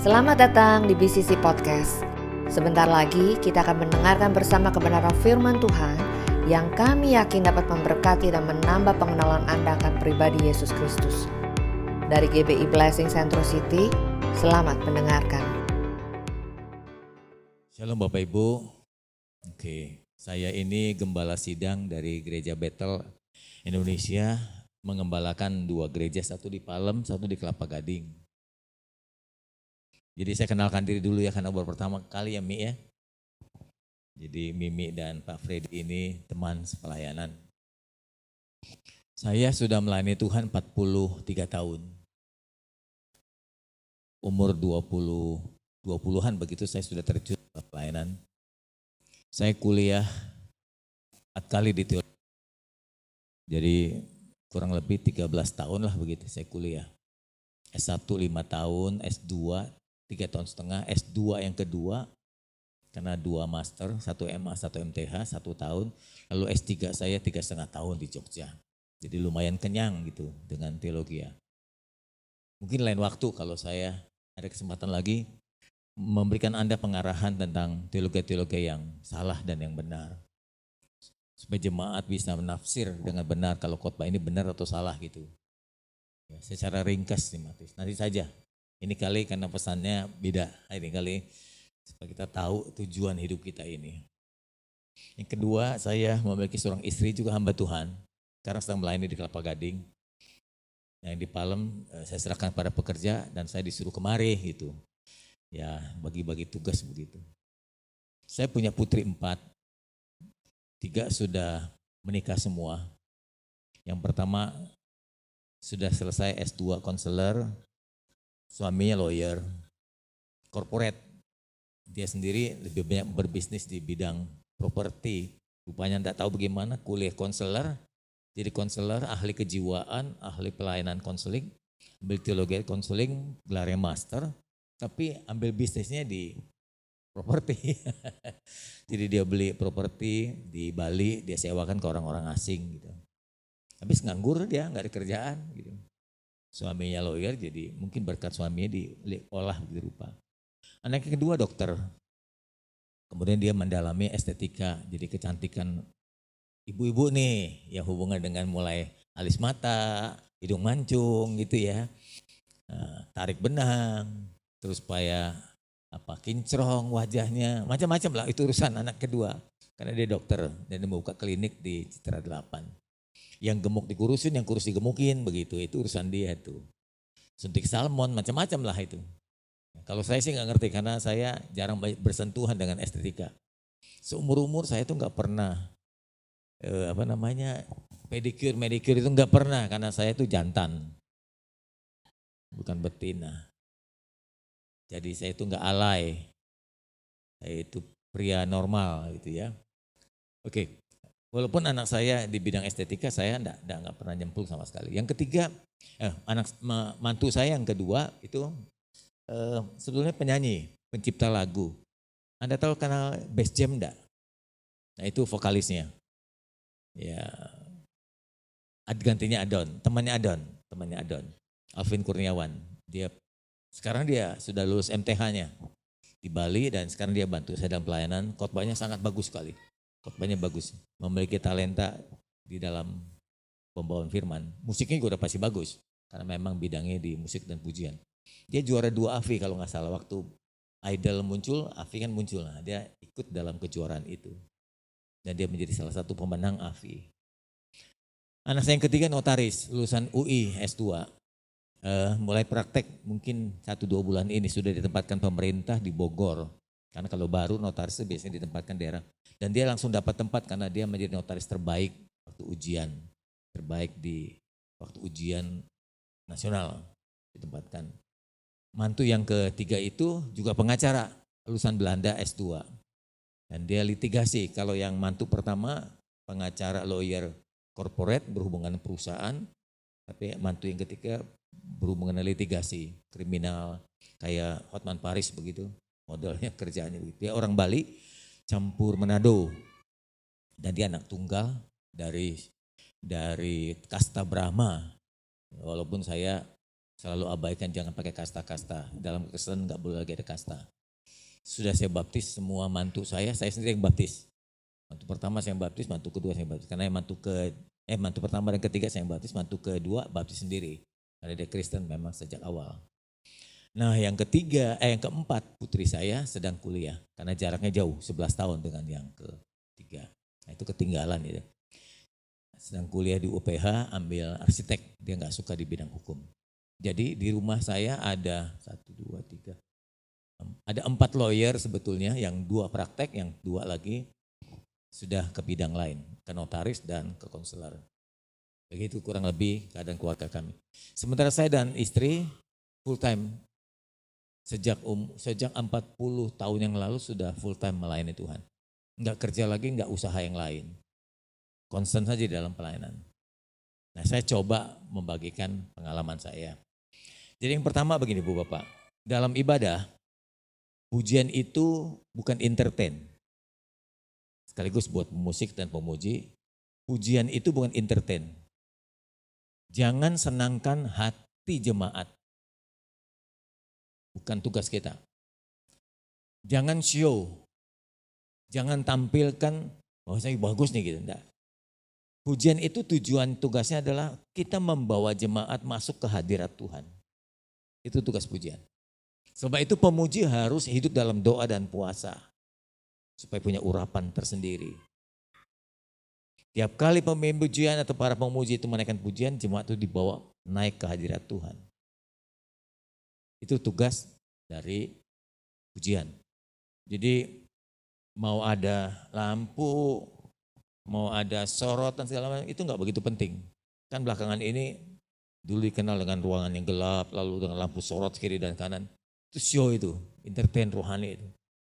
Selamat datang di BCC Podcast. Sebentar lagi kita akan mendengarkan bersama kebenaran firman Tuhan yang kami yakin dapat memberkati dan menambah pengenalan Anda akan pribadi Yesus Kristus. Dari GBI Blessing Central City, selamat mendengarkan. Shalom Bapak Ibu. Saya ini gembala sidang dari Gereja Bethel Indonesia, mengembalakan 2 gereja, satu di Palem, satu di Kelapa Gading. Jadi saya kenalkan diri dulu ya, karena baru pertama kali ya Mi ya. Jadi Mimi dan Pak Freddy ini teman sepelayanan. Saya sudah melayani Tuhan 43 tahun. Umur 20-an begitu saya sudah terjun ke pelayanan. Saya kuliah 4 kali di teologi. Jadi kurang lebih 13 tahun lah begitu saya kuliah. S1 5 tahun, S2 3,5 tahun, S2 yang kedua, karena 2 master, 1 MA, 1 MTH, 1 tahun. Lalu S3 saya 3,5 tahun di Jogja. Jadi lumayan kenyang gitu dengan teologi ya. Mungkin lain waktu kalau saya ada kesempatan lagi memberikan Anda pengarahan tentang teologi-teologi yang salah dan yang benar. Supaya jemaat bisa menafsir dengan benar kalau khotbah ini benar atau salah gitu. Ya, secara ringkas nih Matius, nanti saja. Ini kali karena pesannya beda, ini kali supaya kita tahu tujuan hidup kita ini. Yang kedua, saya memiliki seorang istri juga hamba Tuhan. Sekarang sedang melayani di Kelapa Gading. Yang di Palem saya serahkan pada pekerja dan saya disuruh kemari gitu. Ya bagi-bagi tugas begitu. Saya punya putri 4. 3 sudah menikah semua. Yang pertama sudah selesai S2 konselor. Suaminya lawyer, corporate. Dia sendiri lebih banyak berbisnis di bidang properti. Rupanya tidak tahu bagaimana, kuliah konselor, jadi konselor, ahli kejiwaan, ahli pelayanan konseling, ambil teologi konseling, gelarnya master, tapi ambil bisnisnya di properti. Jadi dia beli properti di Bali, dia sewakan ke orang-orang asing gitu. Habis nganggur dia, nggak ada kerjaan gitu. Suaminya lawyer, jadi mungkin berkat suaminya diolah begitu rupa. Anak yang kedua dokter, kemudian dia mendalami estetika, jadi kecantikan ibu-ibu nih, yang hubungan dengan mulai alis mata, hidung mancung gitu ya, tarik benang, terus supaya kincrong wajahnya, macam-macam lah, itu urusan anak kedua. Karena dia dokter dan dia membuka klinik di Citra 8. Yang gemuk dikurusin, yang kurus digemukin begitu, itu urusan dia tuh. Suntik salmon, macam-macam lah itu. Kalau saya sih nggak ngerti karena saya jarang bersentuhan dengan estetika. Seumur-umur saya tuh nggak pernah pedicure, manicure itu nggak pernah karena saya tuh jantan, bukan betina. Jadi saya itu nggak alay, saya itu pria normal gitu ya. Oke. Walaupun anak saya di bidang estetika, saya enggak pernah nyemplung sama sekali. Yang ketiga, mantu saya yang kedua itu sebetulnya penyanyi, pencipta lagu. Anda tahu kenal Bass Jam enggak? Nah itu vokalisnya. Ya, gantinya Adon, temannya Adon, Alvin Kurniawan. Sekarang dia sudah lulus MTH-nya di Bali dan sekarang dia bantu saya dalam pelayanan. Khotbahnya sangat bagus sekali. Khotbahnya bagus, memiliki talenta di dalam pembawaan firman. Musiknya juga udah pasti bagus, karena memang bidangnya di musik dan pujian. Dia juara 2 AFI kalau nggak salah, waktu Idol muncul, AFI kan muncul. Nah, dia ikut dalam kejuaraan itu. Dan dia menjadi salah satu pemenang AFI. Anak saya yang ketiga notaris, lulusan UI S2. Mulai praktek mungkin 1-2 bulan ini sudah ditempatkan pemerintah di Bogor. Karena kalau baru notaris itu biasanya ditempatkan daerah. Dan dia langsung dapat tempat karena dia menjadi notaris terbaik waktu ujian. Terbaik di waktu ujian nasional ditempatkan. Mantu yang ketiga itu juga pengacara, lulusan Belanda S2. Dan dia litigasi, kalau yang mantu pertama pengacara lawyer corporate berhubungan perusahaan. Tapi mantu yang ketiga berhubungan litigasi, kriminal, kayak Hotman Paris begitu. Modelnya kerjaannya begitu. Dia orang Bali, campur Manado. Dan dia anak tunggal dari kasta Brahma. Walaupun saya Selalu abaikan, jangan pakai kasta-kasta. Dalam Kristen nggak boleh lagi ada kasta. Sudah saya baptis semua mantu saya sendiri yang baptis. Mantu pertama saya yang baptis, mantu kedua saya yang baptis. Karena mantu pertama dan ketiga saya yang baptis, mantu kedua baptis sendiri. Karena dia Kristen memang sejak awal. Nah yang keempat putri saya sedang kuliah. Karena jaraknya jauh, 11 tahun dengan yang ketiga. Nah itu ketinggalan itu. Sedang kuliah di UPH, ambil arsitek. Dia nggak suka di bidang hukum. Jadi di rumah saya ada 4 lawyer sebetulnya, yang 2 praktek, yang 2 lagi sudah ke bidang lain, ke notaris dan ke konselor. Begitu kurang lebih keadaan keluarga kami. Sementara saya dan istri full time. Sejak 40 tahun yang lalu sudah full time melayani Tuhan. Enggak kerja lagi, enggak usaha yang lain. Konstan saja dalam pelayanan. Nah saya coba membagikan pengalaman saya. Jadi yang pertama begini Bu Bapak, dalam ibadah, pujian itu bukan entertain. Sekaligus buat pemusik dan pemuji, pujian itu bukan entertain. Jangan senangkan hati jemaat. Bukan tugas kita. Jangan show. Jangan tampilkan, saya bagus nih gitu. Enggak. Pujian itu tugasnya adalah kita membawa jemaat masuk ke hadirat Tuhan. Itu tugas pujian. Sebab itu pemuji harus hidup dalam doa dan puasa. Supaya punya urapan tersendiri. Tiap kali pemimpin pujian atau para pemuji itu menaikkan pujian, jemaat itu dibawa naik ke hadirat Tuhan. Itu tugas dari pujian. Jadi mau ada lampu, mau ada sorotan segala macam, itu enggak begitu penting. Kan belakangan ini dulu dikenal dengan ruangan yang gelap, lalu dengan lampu sorot kiri dan kanan. Itu show itu, entertain rohani itu.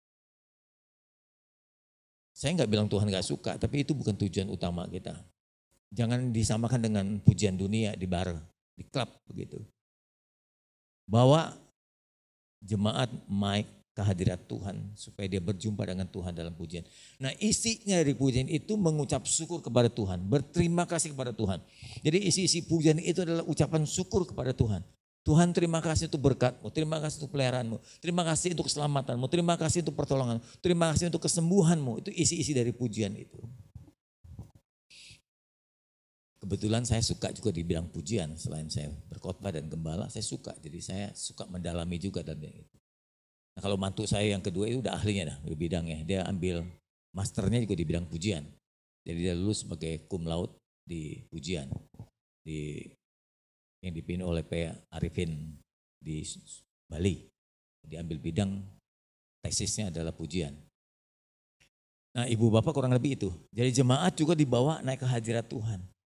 Saya enggak bilang Tuhan enggak suka, tapi itu bukan tujuan utama kita. Jangan disamakan dengan pujian dunia di bar, di klub begitu. Bawa jemaat naik ke hadirat Tuhan supaya dia berjumpa dengan Tuhan dalam pujian. Nah isinya dari pujian itu mengucap syukur kepada Tuhan, berterima kasih kepada Tuhan. Jadi isi pujian itu adalah ucapan syukur kepada Tuhan. Tuhan terima kasih untuk berkat-Mu, terima kasih untuk peliharaanmu, terima kasih untuk keselamatanmu, terima kasih untuk pertolonganmu, terima kasih untuk kesembuhanmu. Itu isi-isi dari pujian itu. Kebetulan saya suka juga di bidang pujian, selain saya berkhotbah dan gembala, saya suka. Jadi saya suka mendalami juga dalam itu. Nah kalau mantu saya yang kedua itu udah ahlinya dah di bidangnya. Dia ambil masternya juga di bidang pujian. Jadi dia lulus sebagai cum laude di pujian. Yang dipilih oleh P. Arifin di Bali. Dia ambil bidang tesisnya adalah pujian. Nah ibu bapak kurang lebih itu. Jadi jemaat juga dibawa naik ke hadirat Tuhan.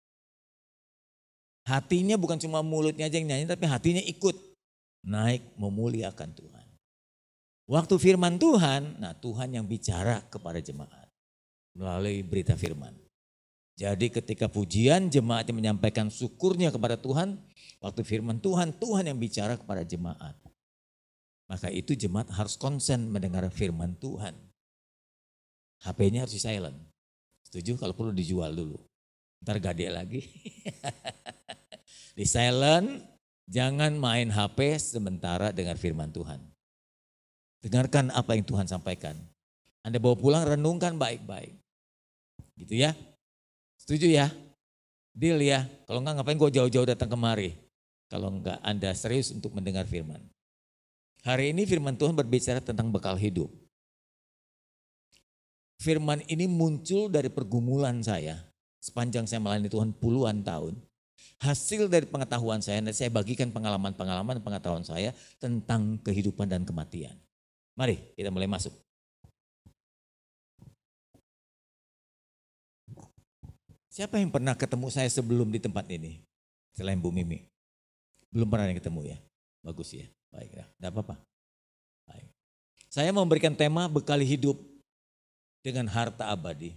Hatinya bukan cuma mulutnya aja yang nyanyi, tapi hatinya ikut naik memuliakan Tuhan. Waktu firman Tuhan, nah Tuhan yang bicara kepada jemaat melalui berita firman. Jadi ketika pujian jemaat yang menyampaikan syukurnya kepada Tuhan, waktu firman Tuhan, Tuhan yang bicara kepada jemaat. Maka itu jemaat harus konsen mendengar firman Tuhan. HP-nya harus di silent. Setuju? Kalau perlu dijual dulu. Ntar gade lagi. Di silent, jangan main HP sementara dengar firman Tuhan. Dengarkan apa yang Tuhan sampaikan. Anda bawa pulang, renungkan baik-baik. Gitu ya. Setuju ya? Deal ya. Kalau enggak ngapain gue jauh-jauh datang kemari. Kalau enggak Anda serius untuk mendengar firman. Hari ini firman Tuhan berbicara tentang bekal hidup. Firman ini muncul dari pergumulan saya. Sepanjang saya melayani Tuhan puluhan tahun. Hasil dari pengetahuan saya, saya bagikan pengalaman pengetahuan saya tentang kehidupan dan kematian. Mari kita mulai masuk. Siapa yang pernah ketemu saya sebelum di tempat ini? Selain Bu Mimi. Belum pernah yang ketemu ya? Bagus ya, baik ya, tidak apa-apa. Baik. Saya memberikan tema bekal hidup dengan harta abadi.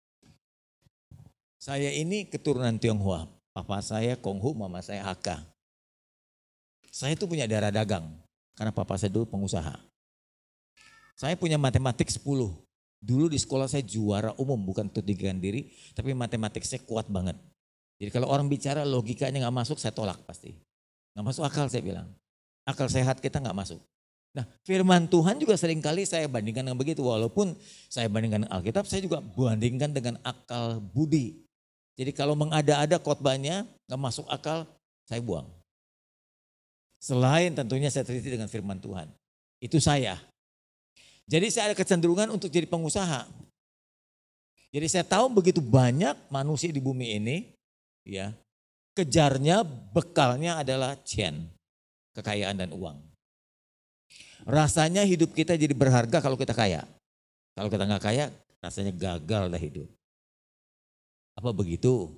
Saya ini keturunan Tionghoa. Papa saya Konghu, mama saya Hakka. Saya itu punya darah dagang. Karena papa saya dulu pengusaha. Saya punya matematik 10. Dulu di sekolah saya juara umum, bukan untuk digagan diri. Tapi matematik saya kuat banget. Jadi kalau orang bicara logikanya gak masuk, saya tolak pasti. Nggak masuk akal saya bilang. Akal sehat kita nggak masuk. Nah, firman Tuhan juga seringkali saya bandingkan dengan begitu. Walaupun saya bandingkan dengan Alkitab, saya juga bandingkan dengan akal budi. Jadi kalau mengada-ada khotbahnya nggak masuk akal, saya buang. Selain tentunya saya teliti dengan firman Tuhan. Itu saya. Jadi saya ada kecenderungan untuk jadi pengusaha. Jadi saya tahu begitu banyak manusia di bumi ini, ya, kejarnya, bekalnya adalah kekayaan dan uang. Rasanya hidup kita jadi berharga kalau kita kaya. Kalau kita nggak kaya, rasanya gagal dah hidup. Apa begitu?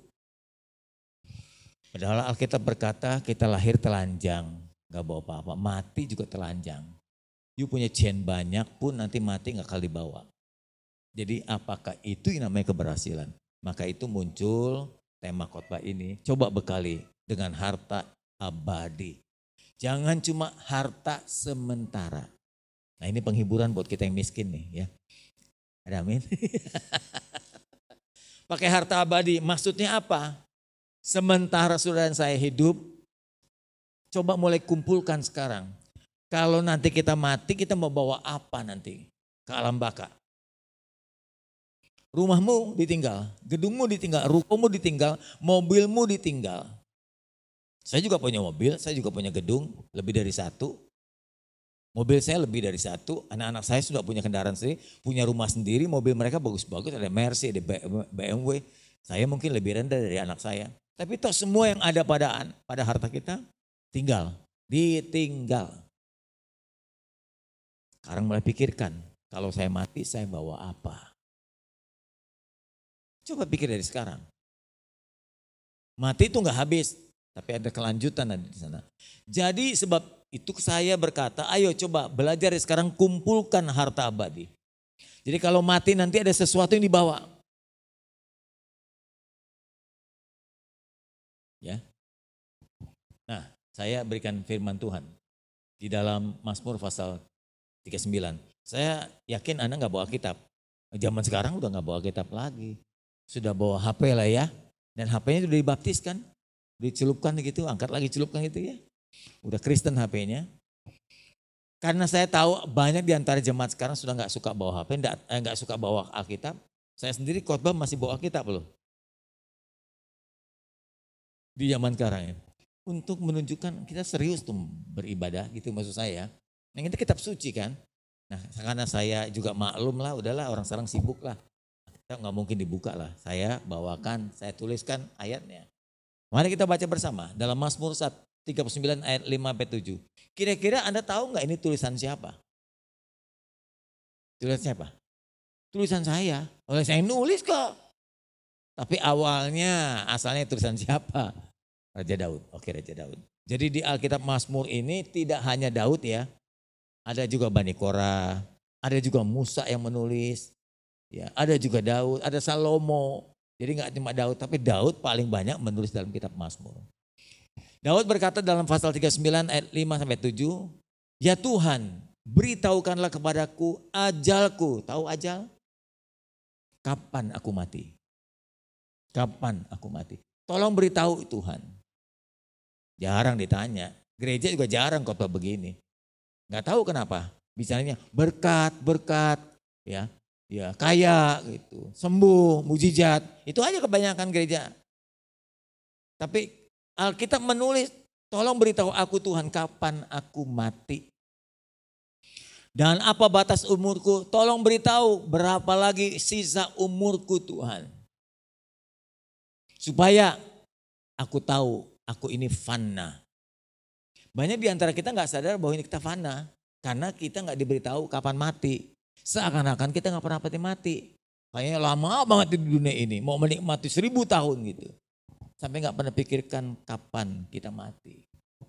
Padahal Alkitab berkata kita lahir telanjang, nggak bawa apa-apa. Mati juga telanjang. You punya banyak pun nanti mati nggak akan dibawa. Jadi apakah itu yang namanya keberhasilan? Maka itu muncul tema khotbah ini. Coba bekali dengan harta abadi. Jangan cuma harta sementara. Nah ini penghiburan buat kita yang miskin nih ya. Ada amin. Pakai harta abadi maksudnya apa? Sementara saudara dan saya hidup, coba mulai kumpulkan sekarang. Kalau nanti kita mati, kita mau bawa apa nanti ke alam baka? Rumahmu ditinggal, gedungmu ditinggal, rukomu ditinggal, mobilmu ditinggal. Saya juga punya mobil, saya juga punya gedung, lebih dari satu. Mobil saya lebih dari satu, anak-anak saya sudah punya kendaraan sendiri, punya rumah sendiri, mobil mereka bagus-bagus, ada Mercy, ada BMW. Saya mungkin lebih rendah dari anak saya. Tapi toh semua yang ada pada harta kita, ditinggal. Sekarang mulai pikirkan, kalau saya mati saya bawa apa? Coba pikir dari sekarang. Mati itu nggak habis, tapi ada kelanjutan di sana. Jadi sebab itu saya berkata, ayo coba belajar sekarang kumpulkan harta abadi. Jadi kalau mati nanti ada sesuatu yang dibawa. Ya. Nah, saya berikan firman Tuhan di dalam Mazmur pasal 39. Saya yakin Anda nggak bawa kitab. Zaman sekarang udah nggak bawa kitab lagi. Sudah bawa HP lah ya. Dan HP-nya sudah dibaptiskan. Dicelupkan gitu, angkat lagi celupkan gitu ya. Udah Kristen HP-nya. Karena saya tahu banyak di antara jemaat sekarang sudah nggak suka bawa HP, nggak suka bawa Alkitab. Saya sendiri khotbah masih bawa Alkitab loh. Di zaman sekarang ya. Untuk menunjukkan kita serius tuh beribadah gitu maksud saya. Yang itu kitab suci kan. Nah karena saya juga maklum lah, udahlah orang sekarang sibuk lah. Kita nggak mungkin dibuka lah. Saya bawakan, saya tuliskan ayatnya. Mari kita baca bersama dalam Mazmur 39 ayat 5-7. Kira-kira Anda tahu nggak ini tulisan siapa? Tulisan siapa? Tulisan saya. Oleh saya nulis kok. Tapi awalnya asalnya tulisan siapa? Raja Daud. Oke, Raja Daud. Jadi di Alkitab Mazmur ini tidak hanya Daud ya. Ada juga Bani Korah, ada juga Musa yang menulis. Ya, ada juga Daud, ada Salomo. Jadi nggak cuma Daud, tapi Daud paling banyak menulis dalam kitab Mazmur. Daud berkata dalam pasal 39 ayat 5-7, ya Tuhan, beritahukanlah kepadaku ajalku. Tahu ajal? Kapan aku mati? Kapan aku mati? Tolong beritahu Tuhan. Jarang ditanya. Gereja juga jarang khotbah begini. Nggak tahu kenapa. Bicaranya berkat, ya. Ya, kaya gitu, sembuh, mujizat. Itu aja kebanyakan gereja. Tapi Alkitab menulis, tolong beritahu aku Tuhan kapan aku mati. Dan apa batas umurku? Tolong beritahu berapa lagi sisa umurku Tuhan. Supaya aku tahu aku ini fana. Banyak di antara kita gak sadar bahwa ini kita fana. Karena kita gak diberitahu kapan mati. Seakan-akan kita gak pernah mati. Kayaknya lama banget di dunia ini. Mau menikmati 1000 tahun gitu. Sampai gak pernah pikirkan kapan kita mati.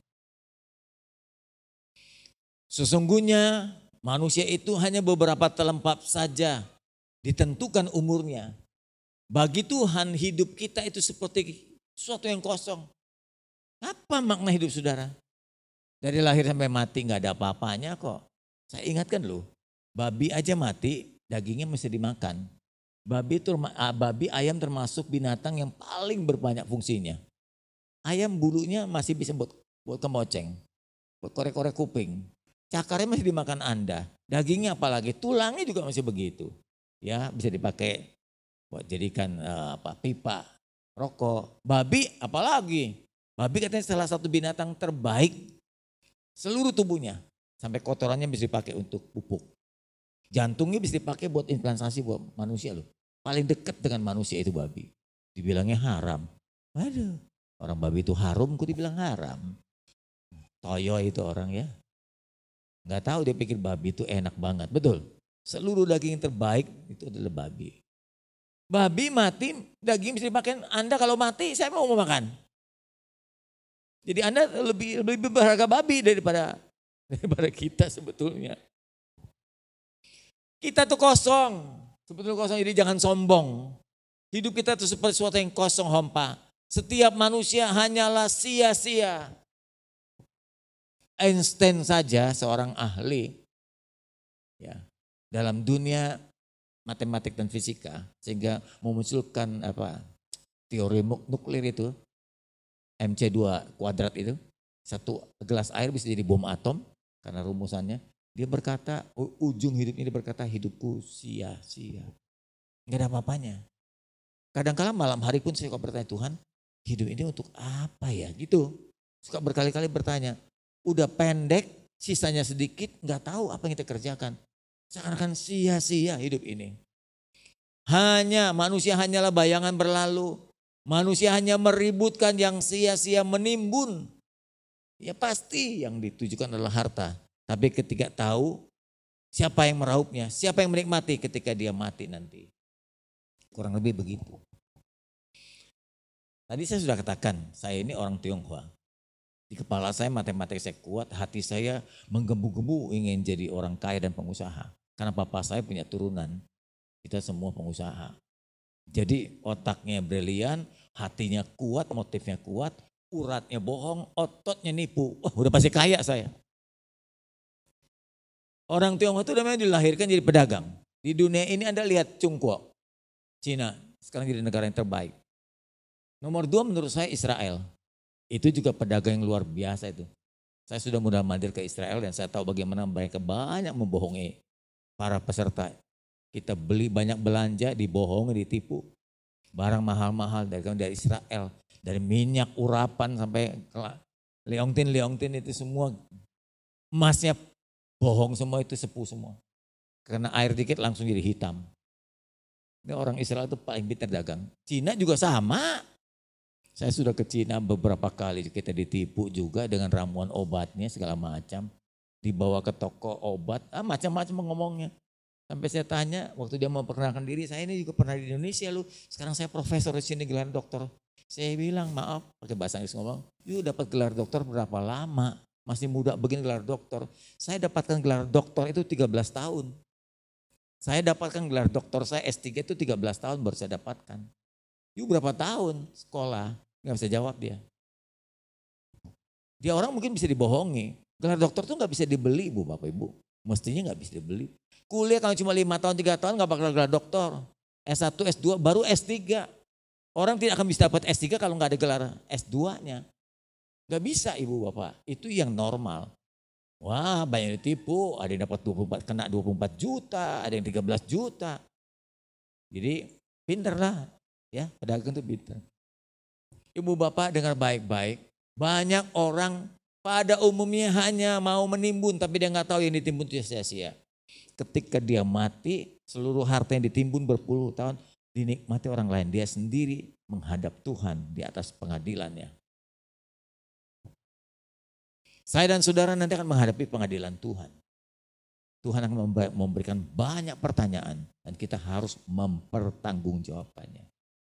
Sesungguhnya manusia itu hanya beberapa telempap saja. Ditentukan umurnya. Bagi Tuhan hidup kita itu seperti sesuatu yang kosong. Apa makna hidup saudara? Dari lahir sampai mati gak ada apa-apanya kok. Saya ingatkan loh. Babi aja mati, dagingnya mesti dimakan. Babi, ayam termasuk binatang yang paling berbanyak fungsinya. Ayam bulunya masih bisa buat buat kemoceng, buat korek-korek kuping. Cakarnya masih dimakan Anda, dagingnya apalagi, tulangnya juga masih begitu. Ya, bisa dipakai buat jadikan pipa, rokok. Babi apalagi, babi katanya salah satu binatang terbaik seluruh tubuhnya. Sampai kotorannya bisa dipakai untuk pupuk. Jantungnya bisa dipakai buat implantasi buat manusia loh. Paling dekat dengan manusia itu babi. Dibilangnya haram. Waduh, orang babi itu harum, kok dibilang haram. Toyo itu orang ya. Nggak tahu dia pikir babi itu enak banget. Betul. Seluruh daging yang terbaik itu adalah babi. Babi mati, daging bisa dimakan. Anda kalau mati, saya mau makan. Jadi Anda lebih berharga babi daripada kita sebetulnya. Kita tuh kosong. Sebetulnya kosong, jadi jangan sombong. Hidup kita tuh seperti sesuatu yang kosong hampa. Setiap manusia hanyalah sia-sia. Einstein saja seorang ahli ya, dalam dunia matematik dan fisika sehingga memunculkan teori nuklir itu MC2 kuadrat itu, satu gelas air bisa jadi bom atom karena rumusannya. Dia berkata, ujung hidup ini berkata, hidupku sia-sia. Enggak ada apa-apanya. Kadang-kala malam hari pun saya suka bertanya, Tuhan, hidup ini untuk apa ya? Gitu. Suka berkali-kali bertanya. Udah pendek, sisanya sedikit, enggak tahu apa yang kita kerjakan. Seakan-akan sia-sia hidup ini. Manusia hanyalah bayangan berlalu. Manusia hanya meributkan yang sia-sia menimbun. Ya pasti yang ditujukan adalah harta. Tapi ketika tahu siapa yang meraupnya, siapa yang menikmati ketika dia mati nanti. Kurang lebih begitu. Tadi saya sudah katakan, saya ini orang Tionghoa. Di kepala saya matematik saya kuat, hati saya menggebu-gebu ingin jadi orang kaya dan pengusaha. Karena papa saya punya turunan, kita semua pengusaha. Jadi otaknya brilian, hatinya kuat, motifnya kuat, uratnya bohong, ototnya nipu. Wah, udah pasti kaya saya. Orang Tionghoa itu namanya dilahirkan jadi pedagang. Di dunia ini Anda lihat Tiongkok, Cina, sekarang jadi negara yang terbaik. Nomor 2 menurut saya Israel. Itu juga pedagang yang luar biasa itu. Saya sudah mudah mandir ke Israel dan saya tahu bagaimana mereka banyak membohongi para peserta. Kita beli banyak belanja, dibohongi, ditipu. Barang mahal-mahal dari Israel. Dari minyak urapan sampai leongtin itu semua emasnya bohong semua, itu sepuh semua. Karena air dikit langsung jadi hitam. Ini orang Israel itu paling pintar dagang. Cina juga sama. Saya sudah ke Cina beberapa kali, kita ditipu juga dengan ramuan obatnya segala macam. Dibawa ke toko obat, macam-macam ngomongnya. Sampai saya tanya, waktu dia mau perkenalkan diri, saya ini juga pernah di Indonesia lu. Sekarang saya profesor di sini, gelar doktor. Saya bilang, maaf, pakai bahasa Inggris ngomong, yuk dapat gelar doktor berapa lama? Masih muda begini gelar doktor. Saya dapatkan gelar doktor itu 13 tahun. Saya dapatkan gelar doktor saya S3 itu 13 tahun baru saya dapatkan. Yuk berapa tahun sekolah? Gak bisa jawab dia. Dia orang mungkin bisa dibohongi. Gelar doktor tuh gak bisa dibeli Bu Bapak Ibu. Mestinya gak bisa dibeli. Kuliah kalau cuma 5 tahun 3 tahun gak bakal gelar doktor. S1, S2 baru S3. Orang tidak akan bisa dapat S3 kalau gak ada gelar S2-nya. Gak bisa Ibu Bapak. Itu yang normal. Wah banyak ditipu. Ada yang dapat 24 juta. Ada yang 13 juta. Jadi pinter lah. Ya, pedagang itu pinter. Ibu Bapak dengar baik-baik. Banyak orang pada umumnya hanya mau menimbun tapi dia nggak tahu yang ditimbun itu sia-sia. Ketika dia mati, seluruh harta yang ditimbun berpuluh tahun dinikmati orang lain. Dia sendiri menghadap Tuhan di atas pengadilannya. Saya dan saudara nanti akan menghadapi pengadilan Tuhan. Tuhan akan memberikan banyak pertanyaan dan kita harus mempertanggungjawabkannya.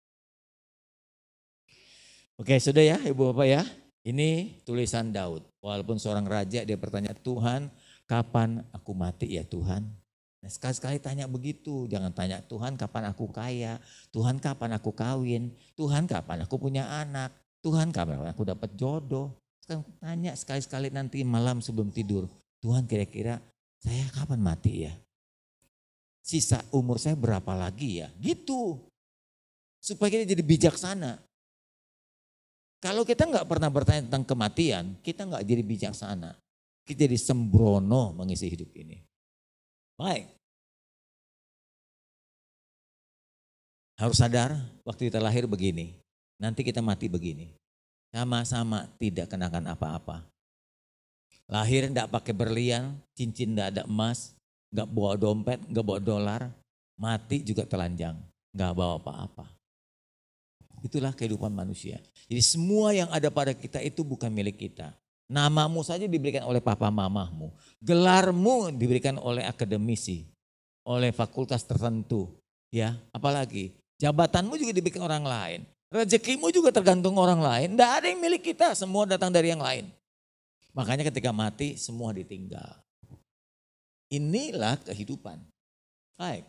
Oke, sudah ya Ibu Bapak ya. Ini tulisan Daud. Walaupun seorang raja dia bertanya, Tuhan kapan aku mati ya Tuhan? Nah, sekali-sekali tanya begitu. Jangan tanya Tuhan kapan aku kaya? Tuhan kapan aku kawin? Tuhan kapan aku punya anak? Tuhan kapan aku dapat jodoh? Sekarang tanya sekali-sekali nanti malam sebelum tidur. Tuhan kira-kira saya kapan mati ya? Sisa umur saya berapa lagi ya? Gitu. Supaya kita jadi bijaksana. Kalau kita nggak pernah bertanya tentang kematian, kita nggak jadi bijaksana. Kita jadi sembrono mengisi hidup ini. Baik. Harus sadar waktu kita lahir begini, nanti kita mati begini. Sama-sama tidak kenakan apa-apa. Lahir enggak pakai berlian, cincin enggak ada emas, enggak bawa dompet, enggak bawa dolar, mati juga telanjang, enggak bawa apa-apa. Itulah kehidupan manusia. Jadi semua yang ada pada kita itu bukan milik kita. Namamu saja diberikan oleh papa mamahmu. Gelarmu diberikan oleh akademisi, oleh fakultas tertentu. Ya, apalagi jabatanmu juga diberikan orang lain. Rezekimu juga tergantung orang lain. Tidak ada yang milik kita, semua datang dari yang lain. Makanya ketika mati semua ditinggal. Inilah kehidupan. Baik.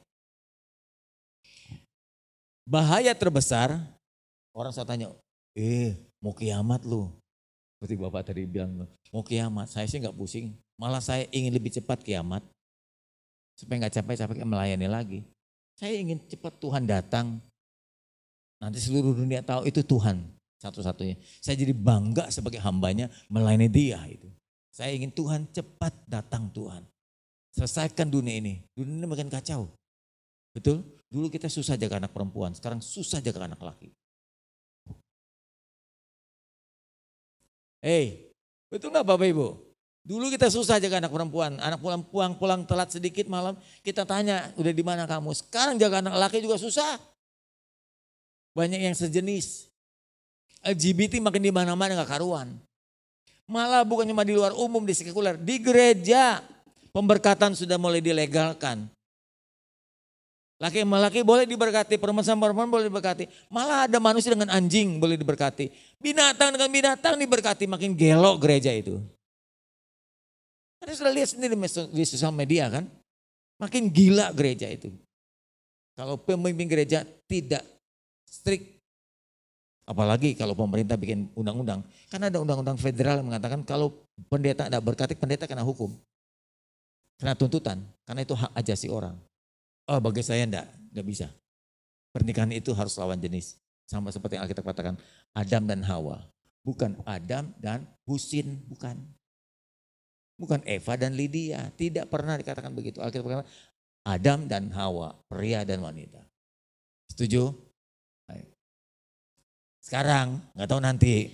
Bahaya terbesar, orang saya tanya, mau kiamat lu. Seperti Bapak tadi bilang, mau kiamat. Saya sih gak pusing, malah saya ingin lebih cepat kiamat. Supaya gak capek-capek melayani lagi. Saya ingin cepat Tuhan datang. Nanti seluruh dunia tahu itu Tuhan satu-satunya. Saya jadi bangga sebagai hambanya melayani dia itu. Saya ingin Tuhan cepat datang Tuhan. Selesaikan dunia ini. Dunia ini makin kacau. Betul? Dulu kita susah jaga anak perempuan, sekarang susah jaga anak laki. Betul gak Bapak Ibu? Dulu kita susah jaga anak perempuan, anak pulang telat sedikit malam, kita tanya udah di mana kamu? Sekarang jaga anak laki juga susah. Banyak yang sejenis. LGBT makin di mana-mana gak karuan. Malah bukan cuma di luar umum, di sekuler, di gereja pemberkatan sudah mulai dilegalkan. Laki sama laki boleh diberkati, perempuan sama perempuan boleh diberkati. Malah ada manusia dengan anjing boleh diberkati. Binatang dengan binatang diberkati, makin gelo gereja itu. Anda sudah lihat sendiri di sosial media kan? Makin gila gereja itu. Kalau pemimpin gereja tidak strict. Apalagi kalau pemerintah bikin undang-undang. Kan ada undang-undang federal yang mengatakan kalau pendeta tidak berkati, pendeta kena hukum. Kena tuntutan, karena itu hak ajasi orang. Bagi saya enggak bisa. Pernikahan itu harus lawan jenis. Sama seperti yang Alkitab katakan, Adam dan Hawa. Bukan Adam dan Husin, bukan. Bukan Eva dan Lydia, tidak pernah dikatakan begitu. Alkitab katakan Adam dan Hawa, pria dan wanita. Setuju? Baik. Sekarang, nggak tahu nanti.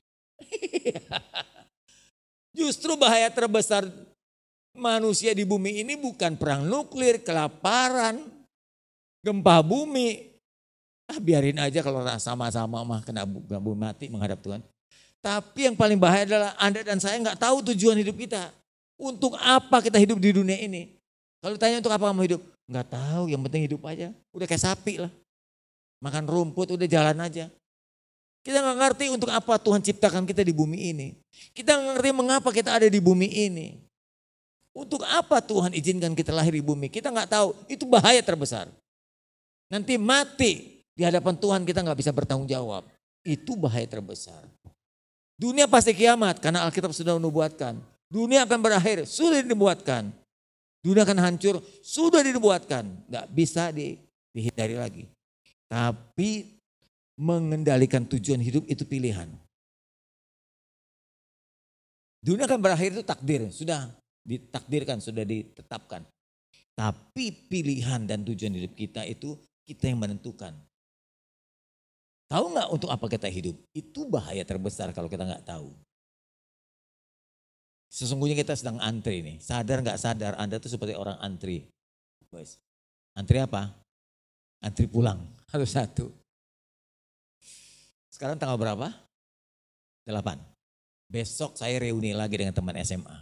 Justru bahaya terbesar manusia di bumi ini bukan perang nuklir, kelaparan, gempa bumi. Biarin aja kalau sama-sama mah kena bumi mati menghadap Tuhan. Tapi yang paling bahaya adalah Anda dan saya nggak tahu tujuan hidup kita. Untuk apa kita hidup di dunia ini? Kalau ditanya untuk apa kamu hidup? Nggak tahu, yang penting hidup aja. Udah kayak sapi lah. Makan rumput, udah jalan aja. Kita nggak ngerti untuk apa Tuhan ciptakan kita di bumi ini. Kita nggak ngerti mengapa kita ada di bumi ini. Untuk apa Tuhan izinkan kita lahir di bumi? Kita nggak tahu. Itu bahaya terbesar. Nanti mati di hadapan Tuhan kita nggak bisa bertanggung jawab. Itu bahaya terbesar. Dunia pasti kiamat karena Alkitab sudah menubuatkan. Dunia akan berakhir, sudah dibuatkan. Dunia akan hancur, sudah dibuatkan. Nggak bisa dihindari lagi. Tapi mengendalikan tujuan hidup itu pilihan. Dunia akan berakhir itu takdir, sudah ditakdirkan, sudah ditetapkan. Tapi pilihan dan tujuan hidup kita itu kita yang menentukan. Tahu nggak untuk apa kita hidup? Itu bahaya terbesar kalau kita nggak tahu. Sesungguhnya kita sedang antri nih. Sadar nggak sadar Anda tuh seperti orang antri. Boys. Antri apa? Antri pulang. Harus satu. Sekarang tanggal berapa? 8. Besok saya reuni lagi dengan teman SMA.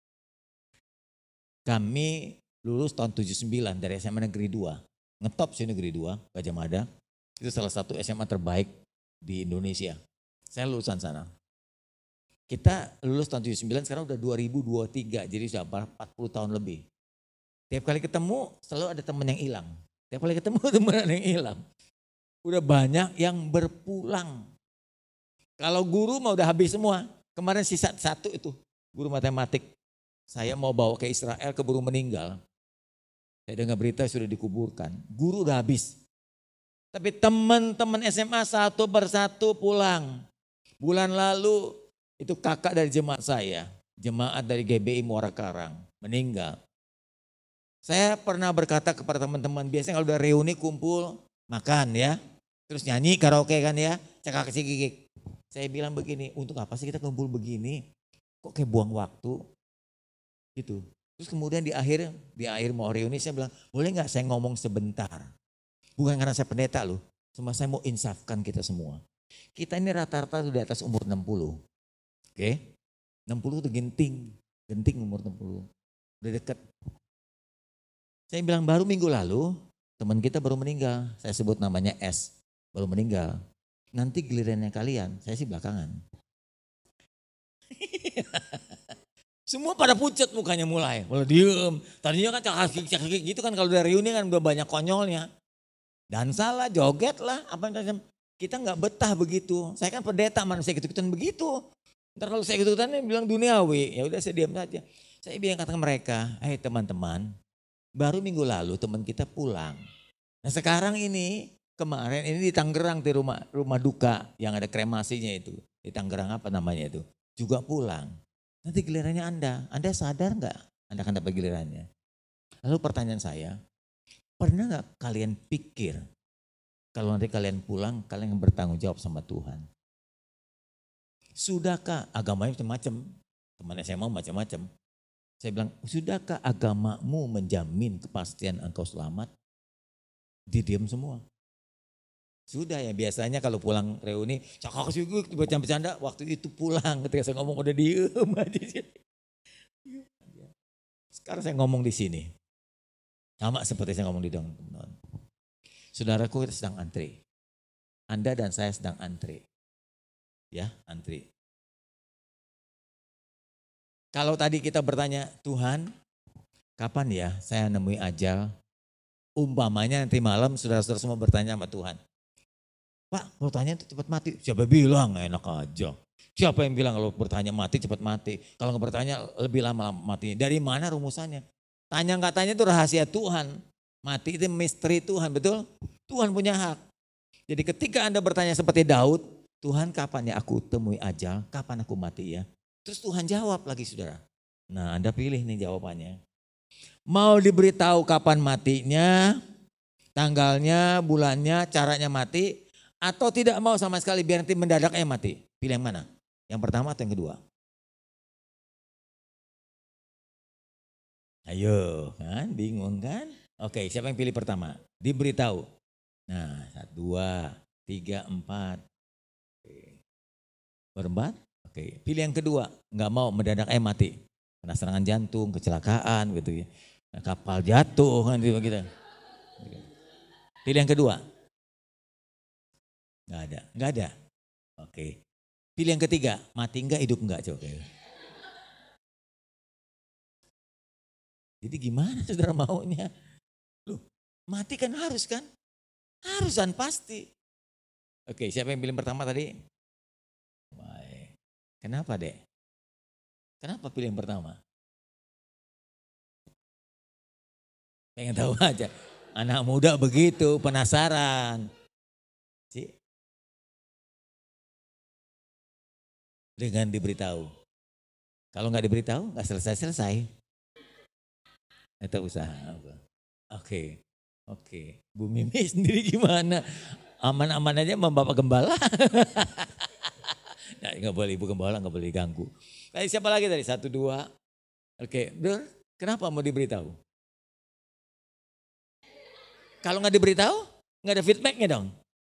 Kami lulus tahun 79 dari SMA Negeri 2. Ngetop sih Negeri 2, Gajah Mada. Itu salah satu SMA terbaik di Indonesia. Saya lulusan sana. Kita lulus tahun 79, sekarang udah 2023, jadi sudah 40 tahun lebih. Tiap kali ketemu selalu ada teman yang hilang. Tiap kali ketemu teman yang hilang. Udah banyak yang berpulang. Kalau guru mah udah habis semua. Kemarin sisa satu itu, guru matematik. Saya mau bawa ke Israel, keburu meninggal. Saya dengar berita sudah dikuburkan. Guru udah habis. Tapi teman-teman SMA satu persatu pulang. Bulan lalu itu kakak dari jemaat saya, jemaat dari GBI Muara Karang, meninggal. Saya pernah berkata kepada teman-teman, biasanya kalau udah reuni kumpul, makan ya. Terus nyanyi karaoke kan ya, cekak cikik. Saya bilang begini, untuk apa sih kita kumpul begini? Kok kayak buang waktu? Gitu. Terus kemudian di akhir mau reuni saya bilang, boleh gak saya ngomong sebentar? Bukan karena saya pendeta loh, cuma saya mau insafkan kita semua. Kita ini rata-rata sudah di atas umur 60. Oke? 60 itu genting umur 60. Udah deket. Saya bilang baru minggu lalu, teman kita baru meninggal. Saya sebut namanya S, baru meninggal. Nanti gilirannya kalian, saya sih belakangan. Semua pada pucat mukanya mulai diem. Tadinya kan cakik gitu kan, kalau udah reuni kan udah banyak konyolnya. Dan salah, joget lah. Kita nggak betah begitu. Saya kan pendeta, manusia gitu-gituan begitu. Ntar kalau saya gitu-gituan bilang duniawi, ya udah saya diam saja. Saya bilang katakan mereka, teman-teman, baru minggu lalu teman kita pulang. Nah sekarang ini, kemarin ini di Tangerang, di rumah duka yang ada kremasinya itu. Di Tangerang apa namanya itu, juga pulang. Nanti gilirannya Anda sadar nggak Anda akan dapat gilirannya? Lalu pertanyaan saya, pernah nggak kalian pikir kalau nanti kalian pulang, kalian bertanggung jawab sama Tuhan? Sudahkah agamanya macam-macam? Teman SMA macam-macam. Saya bilang, sudahkah agamamu menjamin kepastian engkau selamat? Didiam semua. Sudah ya, biasanya kalau pulang reuni, cakak sih gue bercanda-bercanda, waktu itu pulang ketika saya ngomong udah diem aja. Sekarang saya ngomong di sini. Sama seperti saya ngomong di dalam. Saudaraku, kita sedang antri. Anda dan saya sedang antri. Ya, antri. Kalau tadi kita bertanya, Tuhan, kapan ya saya nemui ajal? Umpamanya nanti malam saudara-saudara semua bertanya sama Tuhan. Pak, kalau tanya itu cepat mati. Siapa bilang enak aja. Siapa yang bilang kalau bertanya mati cepat mati. Kalau nggak bertanya lebih lama mati. Dari mana rumusannya? Tanya nggak tanya itu rahasia Tuhan. Mati itu misteri Tuhan, betul? Tuhan punya hak. Jadi ketika Anda bertanya seperti Daud, Tuhan kapan ya aku temui ajal, kapan aku mati ya? Terus Tuhan jawab lagi saudara. Nah Anda pilih nih jawabannya. Mau diberitahu kapan matinya, tanggalnya, bulannya, caranya mati, atau tidak mau sama sekali biar nanti mendadaknya mati. Pilih yang mana? Yang pertama atau yang kedua? Ayo kan, bingung kan? Oke, siapa yang pilih pertama? Diberitahu. Nah, 1, 2, 3, 4. Oke. Berempat? Oke, pilih yang kedua. Nggak mau mendadak mati. Kena serangan jantung, kecelakaan gitu ya. Kapal jatuh kan gitu. Pilih yang kedua. Nggak ada. Oke. Pilih yang ketiga, mati enggak, hidup enggak, coba. Jadi gimana saudara maunya? Loh, mati kan harus kan? Harusan pasti. Oke, siapa yang pilih pertama tadi? Baik. Kenapa, Dek? Kenapa pilih yang pertama? Pengen tahu aja. Anak muda begitu, penasaran. Dengan diberitahu. Kalau nggak diberitahu, nggak selesai-selesai. Itu usaha. Oke. Bu Mimi sendiri gimana? Aman-aman aja sama Bapak Gembala? Nah, nggak boleh Ibu Gembala, nggak boleh ganggu. Tadi siapa lagi tadi? 1, 2. Oke, Bro, kenapa mau diberitahu? Kalau nggak diberitahu, nggak ada feedbacknya dong.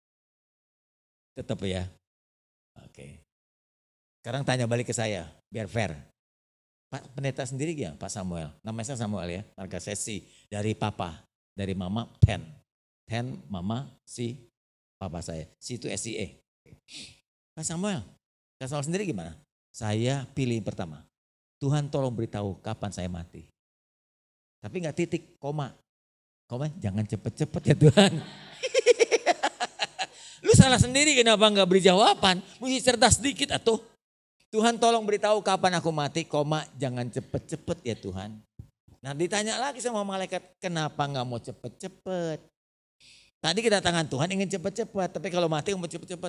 Tetap ya. Oke. Sekarang tanya balik ke saya, biar fair. Pak pendeta sendiri ya, Pak Samuel. Namanya saya Samuel ya, marga sesi dari papa, dari mama 10. 10 mama, si papa saya. Si itu SCA. Pak Samuel sendiri gimana? Saya pilih pertama. Tuhan tolong beritahu kapan saya mati. Tapi nggak titik, koma. Koma, jangan cepet-cepet ya Tuhan. Lu salah sendiri kenapa nggak beri jawaban? Mesti cerdas sedikit atuh. Tuhan tolong beritahu kapan aku mati, koma, jangan cepet-cepet ya Tuhan. Nah ditanya lagi sama malaikat, kenapa gak mau cepet-cepet? Tadi kedatangan Tuhan ingin cepet-cepet, tapi kalau mati mau cepet-cepet.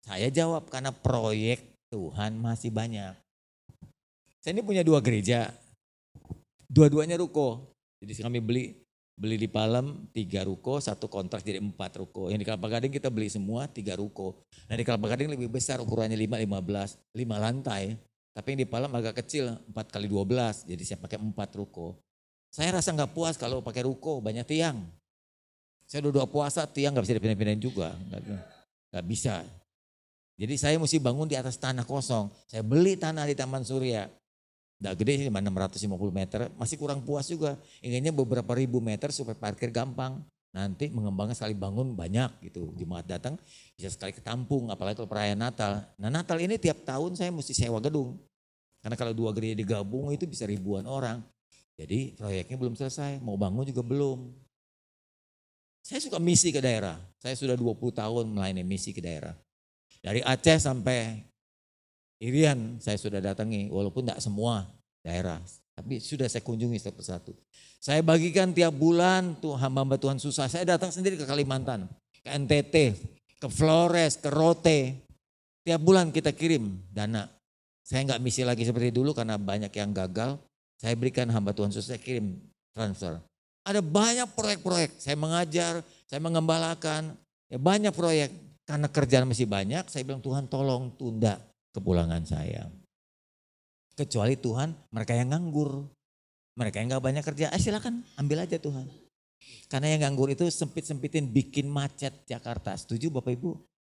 Saya jawab karena proyek Tuhan masih banyak. Saya ini punya 2 gereja, dua-duanya ruko. Jadi kami beli di Palem 3 ruko, 1 kontrak jadi 4 ruko. Yang di Kelapa Gading kita beli semua 3 ruko. Nah di Kelapa Gading lebih besar, ukurannya 5 lantai. Tapi yang di Palem agak kecil, 4 kali 12, jadi saya pakai 4 ruko. Saya rasa nggak puas kalau pakai ruko, banyak tiang. Saya udah puasa, tiang nggak bisa dipindah-pindahin juga, nggak bisa. Jadi saya mesti bangun di atas tanah kosong. Saya beli tanah di Taman Surya. Nggak gede sih, 650 meter, masih kurang puas juga. Inginnya beberapa ribu meter supaya parkir gampang. Nanti mengembangkan sekali bangun banyak gitu. Jemaat datang bisa sekali ketampung, apalagi kalau perayaan Natal. Nah Natal ini tiap tahun saya mesti sewa gedung. Karena kalau 2 gereja digabung itu bisa ribuan orang. Jadi proyeknya belum selesai, mau bangun juga belum. Saya suka misi ke daerah. Saya sudah 20 tahun melayani misi ke daerah. Dari Aceh sampai Irian saya sudah datangi, walaupun tidak semua daerah. Tapi sudah saya kunjungi satu persatu. Saya bagikan tiap bulan tuh hamba-hamba Tuhan susah. Saya datang sendiri ke Kalimantan, ke NTT, ke Flores, ke Rote. Tiap bulan kita kirim dana. Saya nggak misi lagi seperti dulu karena banyak yang gagal. Saya berikan hamba Tuhan susah, saya kirim transfer. Ada banyak proyek-proyek, saya mengajar, saya mengembalakan, ya banyak proyek. Karena kerjaan masih banyak, saya bilang Tuhan tolong tunda kepulangan saya. Kecuali Tuhan mereka yang nganggur, mereka yang gak banyak kerja, silakan ambil aja Tuhan. Karena yang nganggur itu sempit-sempitin bikin macet Jakarta, setuju Bapak Ibu?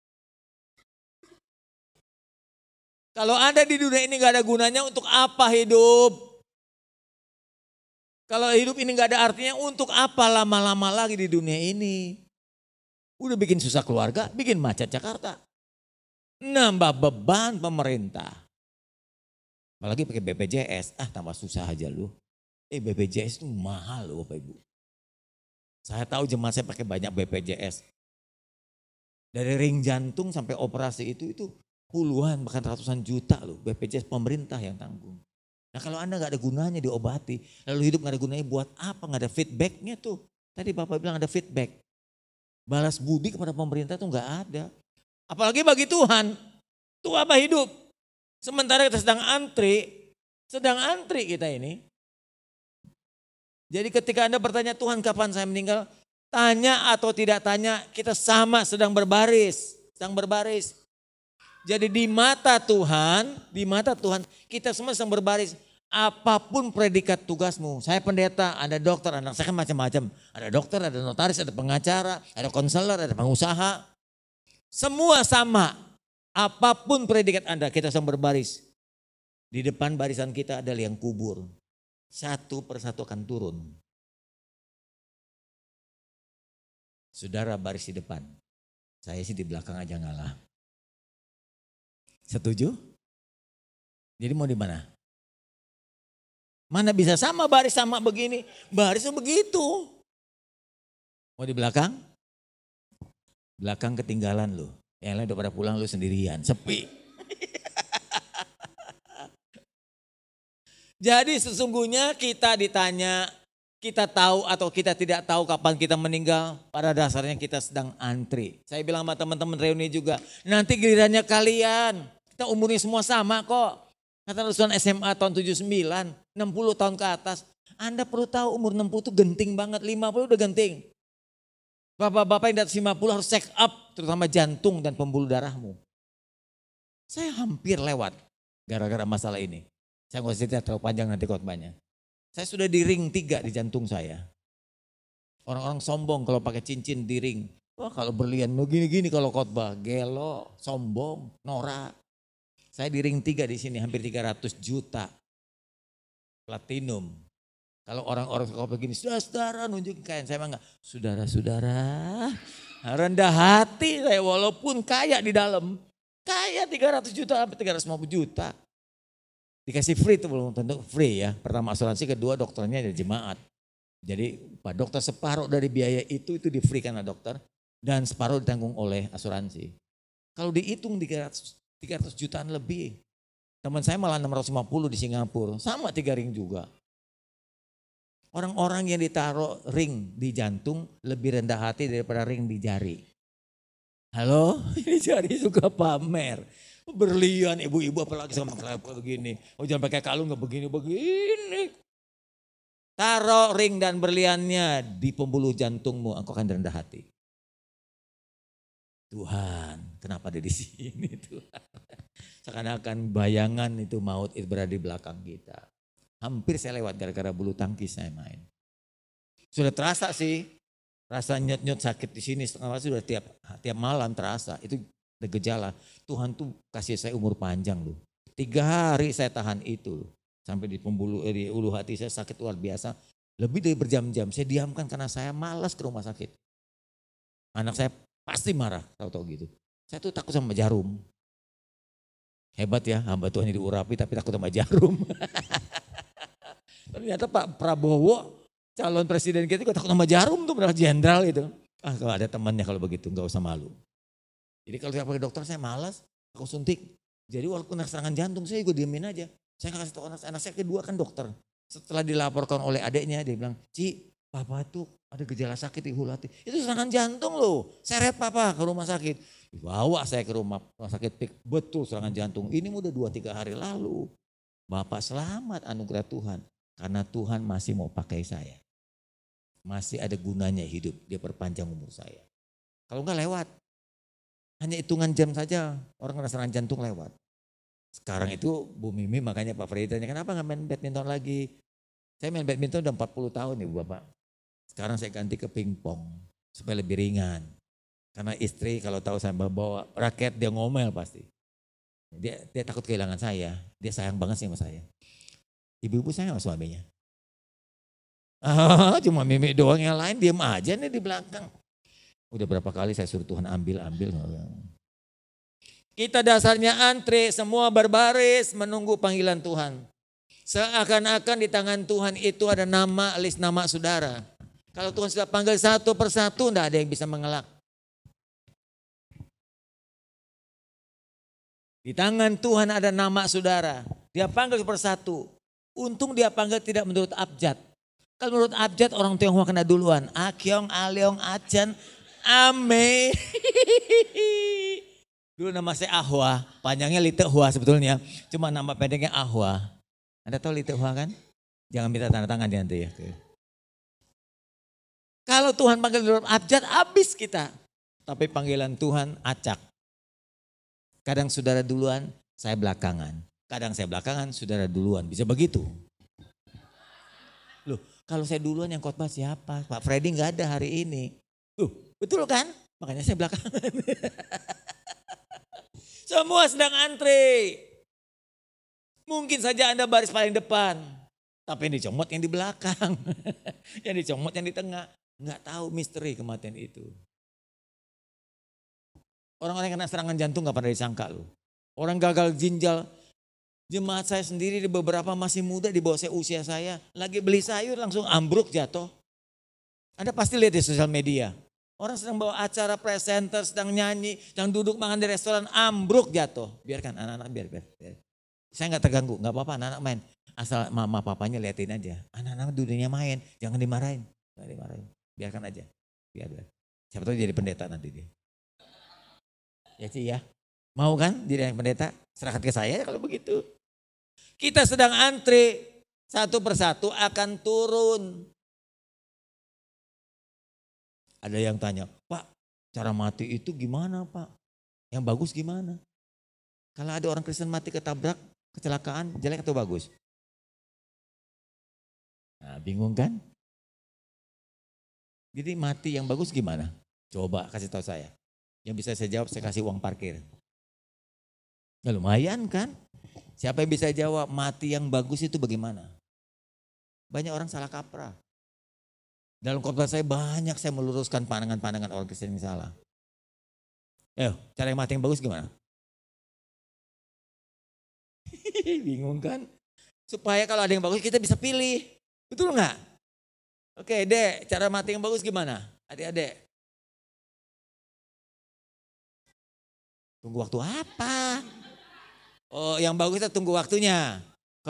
Kalau Anda di dunia ini gak ada gunanya, untuk apa hidup? Kalau hidup ini gak ada artinya, untuk apa lama-lama lagi di dunia ini? Udah bikin susah keluarga, bikin macet Jakarta. Nambah beban pemerintah. Apalagi pakai BPJS, tambah susah aja lu. BPJS itu mahal loh Bapak Ibu. Saya tahu jemaat saya pakai banyak BPJS. Dari ring jantung sampai operasi itu puluhan bahkan ratusan juta loh. BPJS pemerintah yang tanggung. Nah kalau Anda gak ada gunanya diobati, lalu hidup gak ada gunanya buat apa? Gak ada feedbacknya tuh. Tadi Bapak bilang ada feedback. Balas budi kepada pemerintah tuh gak ada. Apalagi bagi Tuhan. Itu apa hidup? Sementara kita sedang antri kita ini. Jadi ketika Anda bertanya Tuhan kapan saya meninggal? Tanya atau tidak tanya, kita sama sedang berbaris. Jadi di mata Tuhan kita semua sedang berbaris. Apapun predikat tugasmu, saya pendeta, Anda dokter, anak saya kan macam-macam. Ada dokter, ada notaris, ada pengacara, ada konselor, ada pengusaha. Semua sama, apapun predikat Anda, kita sedang berbaris. Di depan barisan kita ada yang kubur, satu persatu akan turun. Saudara baris di depan, saya sih di belakang aja ngalah. Setuju? Jadi mau di mana? Mana bisa sama baris sama begini, barisnya begitu. Mau di belakang? Belakang ketinggalan loh. Yang lain udah pada pulang lu sendirian, sepi. Jadi sesungguhnya kita ditanya, kita tahu atau kita tidak tahu kapan kita meninggal, pada dasarnya kita sedang antri. Saya bilang sama teman-teman reuni juga, nanti gilirannya kalian, kita umurnya semua sama kok. Kata lulusan SMA tahun 79, 60 tahun ke atas. Anda perlu tahu umur 60 itu genting banget, 50 udah genting. Bapak-bapak yang di atas 50 harus check up, terutama jantung dan pembuluh darahmu. Saya hampir lewat gara-gara masalah ini. Saya nggak usah cerita terlalu panjang nanti khotbahnya. Saya sudah di ring 3 di jantung saya. Orang-orang sombong kalau pakai cincin di ring. Wah kalau berlian gini-gini kalau khotbah, gelo, sombong, norak. Saya di ring 3 di sini hampir 300 juta. Platinum. Kalau orang-orang kalau begini, saudara nunjukin kain. Saya enggak, saudara-saudara. Rendah hati saya walaupun kaya di dalam. Kaya 300 juta sampai 350 juta. Dikasih free itu belum tentu free ya. Pertama asuransi, kedua dokternya dari jemaat. Jadi Pak Dokter separuh dari biaya itu di free karena dokter. Dan separuh ditanggung oleh asuransi. Kalau dihitung 300 jutaan lebih. Teman saya malah 650 di Singapura. Sama 3 ring juga. Orang-orang yang ditaruh ring di jantung lebih rendah hati daripada ring di jari. Halo, ini jadi suka pamer. Berlian ibu-ibu apalagi sama kelapa begini. Oh jangan pakai kalung gak begini. Taruh ring dan berliannya di pembuluh jantungmu, engkau akan rendah hati. Tuhan, kenapa ada di sini Tuhan? Seakan-akan bayangan itu maut itu berada di belakang kita. Hampir saya lewat gara-gara bulu tangkis saya main. Sudah terasa sih, rasa nyut-nyut sakit di sini setengah sudah tiap malam terasa. Itu ada gejala. Tuhan tuh kasih saya umur panjang loh. 3 hari saya tahan itu loh. Sampai di ulu hati saya sakit luar biasa. Lebih dari berjam-jam saya diamkan karena saya malas ke rumah sakit. Anak saya pasti marah tahu-tahu gitu. Saya tuh takut sama jarum. Hebat ya, hamba Tuhan yang diurapi tapi takut sama jarum. Ternyata Pak Prabowo calon presiden kita juga takut sama jarum tuh, berapa jenderal itu. Kalau ada temannya kalau begitu nggak usah malu. Jadi kalau saya pakai dokter saya malas, aku suntik. Jadi walaupun serangan jantung saya juga diemin aja. Saya nggak kasih tahu anak saya kedua kan dokter. Setelah dilaporkan oleh adiknya dia bilang, Ci, papa tuh ada gejala sakit di hulu hati. Itu serangan jantung loh, seret papa ke rumah sakit. Bawa saya ke rumah sakit PIK, betul serangan jantung. Ini udah 2-3 hari lalu. Bapak selamat anugerah Tuhan. Karena Tuhan masih mau pakai saya. Masih ada gunanya hidup, dia perpanjang umur saya. Kalau enggak lewat. Hanya hitungan jam saja orang kena serangan jantung lewat. Sekarang itu Bu Mimi makanya Pak Freddy tanya kenapa gak main badminton lagi. Saya main badminton udah 40 tahun Ibu Bapak. Sekarang saya ganti ke pingpong supaya lebih ringan. Karena istri kalau tahu saya bawa raket dia ngomel pasti. Dia takut kehilangan saya, dia sayang banget sih sama saya. Ibu-ibu sayang sama suaminya. Cuma Mimi doang, yang lain diem aja nih di belakang. Udah berapa kali saya suruh Tuhan ambil. Kita dasarnya antre, semua berbaris menunggu panggilan Tuhan. Seakan-akan di tangan Tuhan itu ada nama, list nama saudara. Kalau Tuhan sudah panggil satu persatu, enggak ada yang bisa mengelak. Di tangan Tuhan ada nama saudara. Dia panggil persatu. Untung dia panggil tidak menurut abjad. Kalau menurut abjad orang Tionghoa kena duluan. Akyong, Aleong, Acan, Ame. Dulu nama saya Ahwa, panjangnya Lite Hua sebetulnya. Cuma nama pendeknya Ahwa. Anda tahu Lite Hua kan? Jangan minta tanda tangan nanti ya. Kalau Tuhan panggil menurut abjad, habis kita. Tapi panggilan Tuhan acak. Kadang saudara duluan, saya belakangan. Kadang saya belakangan, saudara duluan. Bisa begitu. Loh, kalau saya duluan yang khotbah siapa? Pak Freddy nggak ada hari ini. Loh, betul kan? Makanya saya belakangan. Semua sedang antri. Mungkin saja Anda baris paling depan. Tapi yang dicomot yang di belakang. Yang dicomot yang di tengah. Nggak tahu misteri kematian itu. Orang-orang yang kena serangan jantung gak pernah disangka loh. Orang gagal ginjal. Jemaat saya sendiri di beberapa masih muda di bawah usia saya. Lagi beli sayur langsung ambruk jatuh. Anda pasti lihat di sosial media. Orang sedang bawa acara presenter, sedang nyanyi, sedang duduk makan di restoran, ambruk jatuh. Biarkan anak-anak biar. Saya gak terganggu, gak apa-apa anak-anak main. Asal mama papanya liatin aja. Anak-anak duduknya main, jangan dimarahin. Jangan dimarahin, biarkan aja. Biar. Siapa tahu jadi pendeta nanti dia. Ya sih ya, mau kan jadi yang pendeta? Serahkan ke saya kalau begitu. Kita sedang antri, satu persatu akan turun. Ada yang tanya, Pak cara mati itu gimana Pak? Yang bagus gimana? Kalau ada orang Kristen mati ketabrak, kecelakaan, jelek atau bagus? Nah, bingung kan? Jadi mati yang bagus gimana? Coba kasih tahu saya. Yang bisa saya jawab, saya kasih uang parkir. Ya lumayan kan? Siapa yang bisa jawab mati yang bagus itu bagaimana? Banyak orang salah kaprah. Dalam khotbah saya banyak saya meluruskan pandangan-pandangan orang Kristen yang salah. Cara yang mati yang bagus gimana? Bingung kan? Supaya kalau ada yang bagus kita bisa pilih. Betul nggak? Oke Dek, cara mati yang bagus gimana? Adik-adik. Tunggu waktu apa? Oh yang bagus kita tunggu waktunya.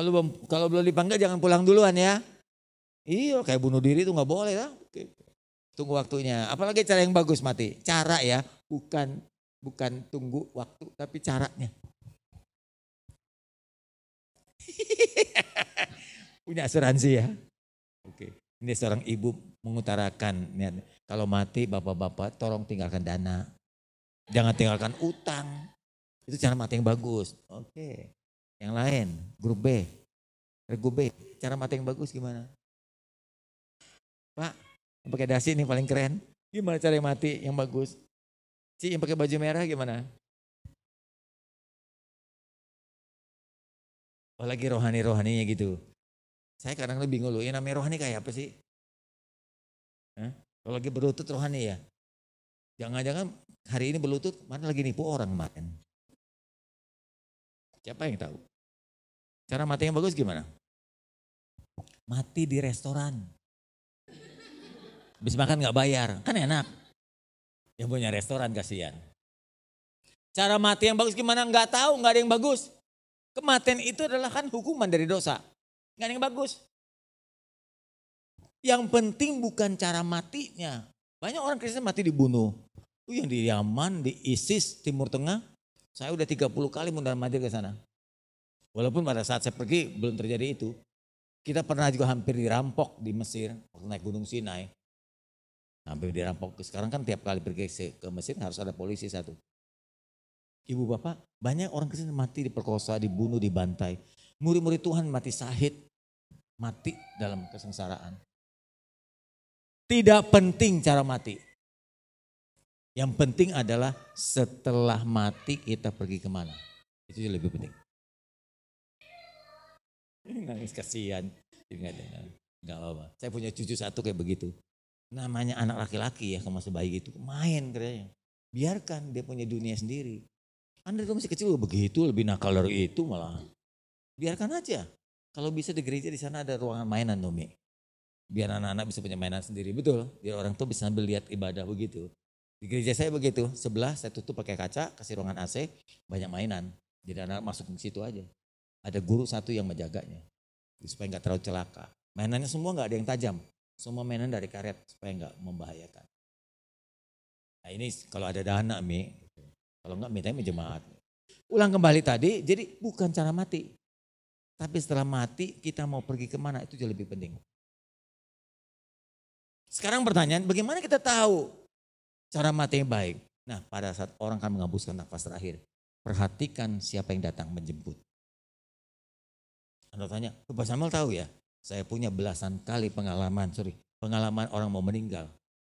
Kalau belum dipanggil jangan pulang duluan ya. Iya kayak bunuh diri itu gak boleh lah. Tunggu waktunya. Apalagi cara yang bagus mati. Cara ya, bukan tunggu waktu, tapi caranya. Punya asuransi ya. Oke. Ini seorang ibu mengutarakan, kalau mati bapak-bapak tolong tinggalkan dana. Jangan tinggalkan utang. Itu cara mati yang bagus. Oke. Yang lain, grup B. Regu B, cara mati yang bagus gimana? Pak, yang pakai dasi ini paling keren. Gimana cara mati yang bagus? Si yang pakai baju merah gimana? Oh lagi rohani-rohaninya gitu. Saya kadang lebih bingung loh, yang namanya rohani kayak apa sih? Kalau lagi berlutut rohani ya? Jangan-jangan hari ini berlutut, mana lagi nipu orang kemarin? Siapa yang tahu? Cara mati yang bagus gimana? Mati di restoran. Habis makan gak bayar, kan enak. Yang punya restoran kasihan. Cara mati yang bagus gimana? Gak tahu, gak ada yang bagus. Kematian itu adalah kan hukuman dari dosa. Gak ada yang bagus. Yang penting bukan cara matinya. Banyak orang Kristen mati dibunuh. Yang di Yaman, di ISIS, Timur Tengah. Saya udah 30 kali mundar-mandir ke sana. Walaupun pada saat saya pergi belum terjadi itu. Kita pernah juga hampir dirampok di Mesir. Waktu naik Gunung Sinai. Hampir dirampok. Sekarang kan tiap kali pergi ke Mesir harus ada polisi satu. Ibu bapak, banyak orang Kristen mati diperkosa, dibunuh, dibantai. Murid-murid Tuhan mati syahid. Mati dalam kesengsaraan. Tidak penting cara mati. Yang penting adalah setelah mati kita pergi kemana. Itu yang lebih penting. Nangis kasihan. Enggak apa-apa. Saya punya cucu satu kayak begitu. Namanya anak laki-laki ya, kalau masih bayi gitu. Main kerjanya. Biarkan dia punya dunia sendiri. Anda kalau masih kecil begitu, lebih nakal dari itu malah. Biarkan aja. Kalau bisa di gereja di sana ada ruangan mainan Nomi. Biar anak-anak bisa punya mainan sendiri. Betul. Biar orang tua bisa sambil lihat ibadah begitu. Di gereja saya begitu. Sebelah saya tutup pakai kaca, kasih ruangan AC, banyak mainan. Jadi anak masuk ke situ aja. Ada guru satu yang menjaganya. Supaya nggak terlalu celaka. Mainannya semua nggak ada yang tajam. Semua mainan dari karet supaya nggak membahayakan. Nah ini kalau ada dana Mi. Kalau nggak mintanya jemaat. Ulang kembali tadi, jadi bukan cara mati. Tapi setelah mati kita mau pergi kemana itu jauh lebih penting. Sekarang pertanyaan, bagaimana kita tahu cara mati yang baik? Nah pada saat orang akan menghembuskan nafas terakhir. Perhatikan siapa yang datang menjemput. Anda tanya, Pak Samuel tahu ya? Saya punya belasan kali pengalaman orang mau meninggal.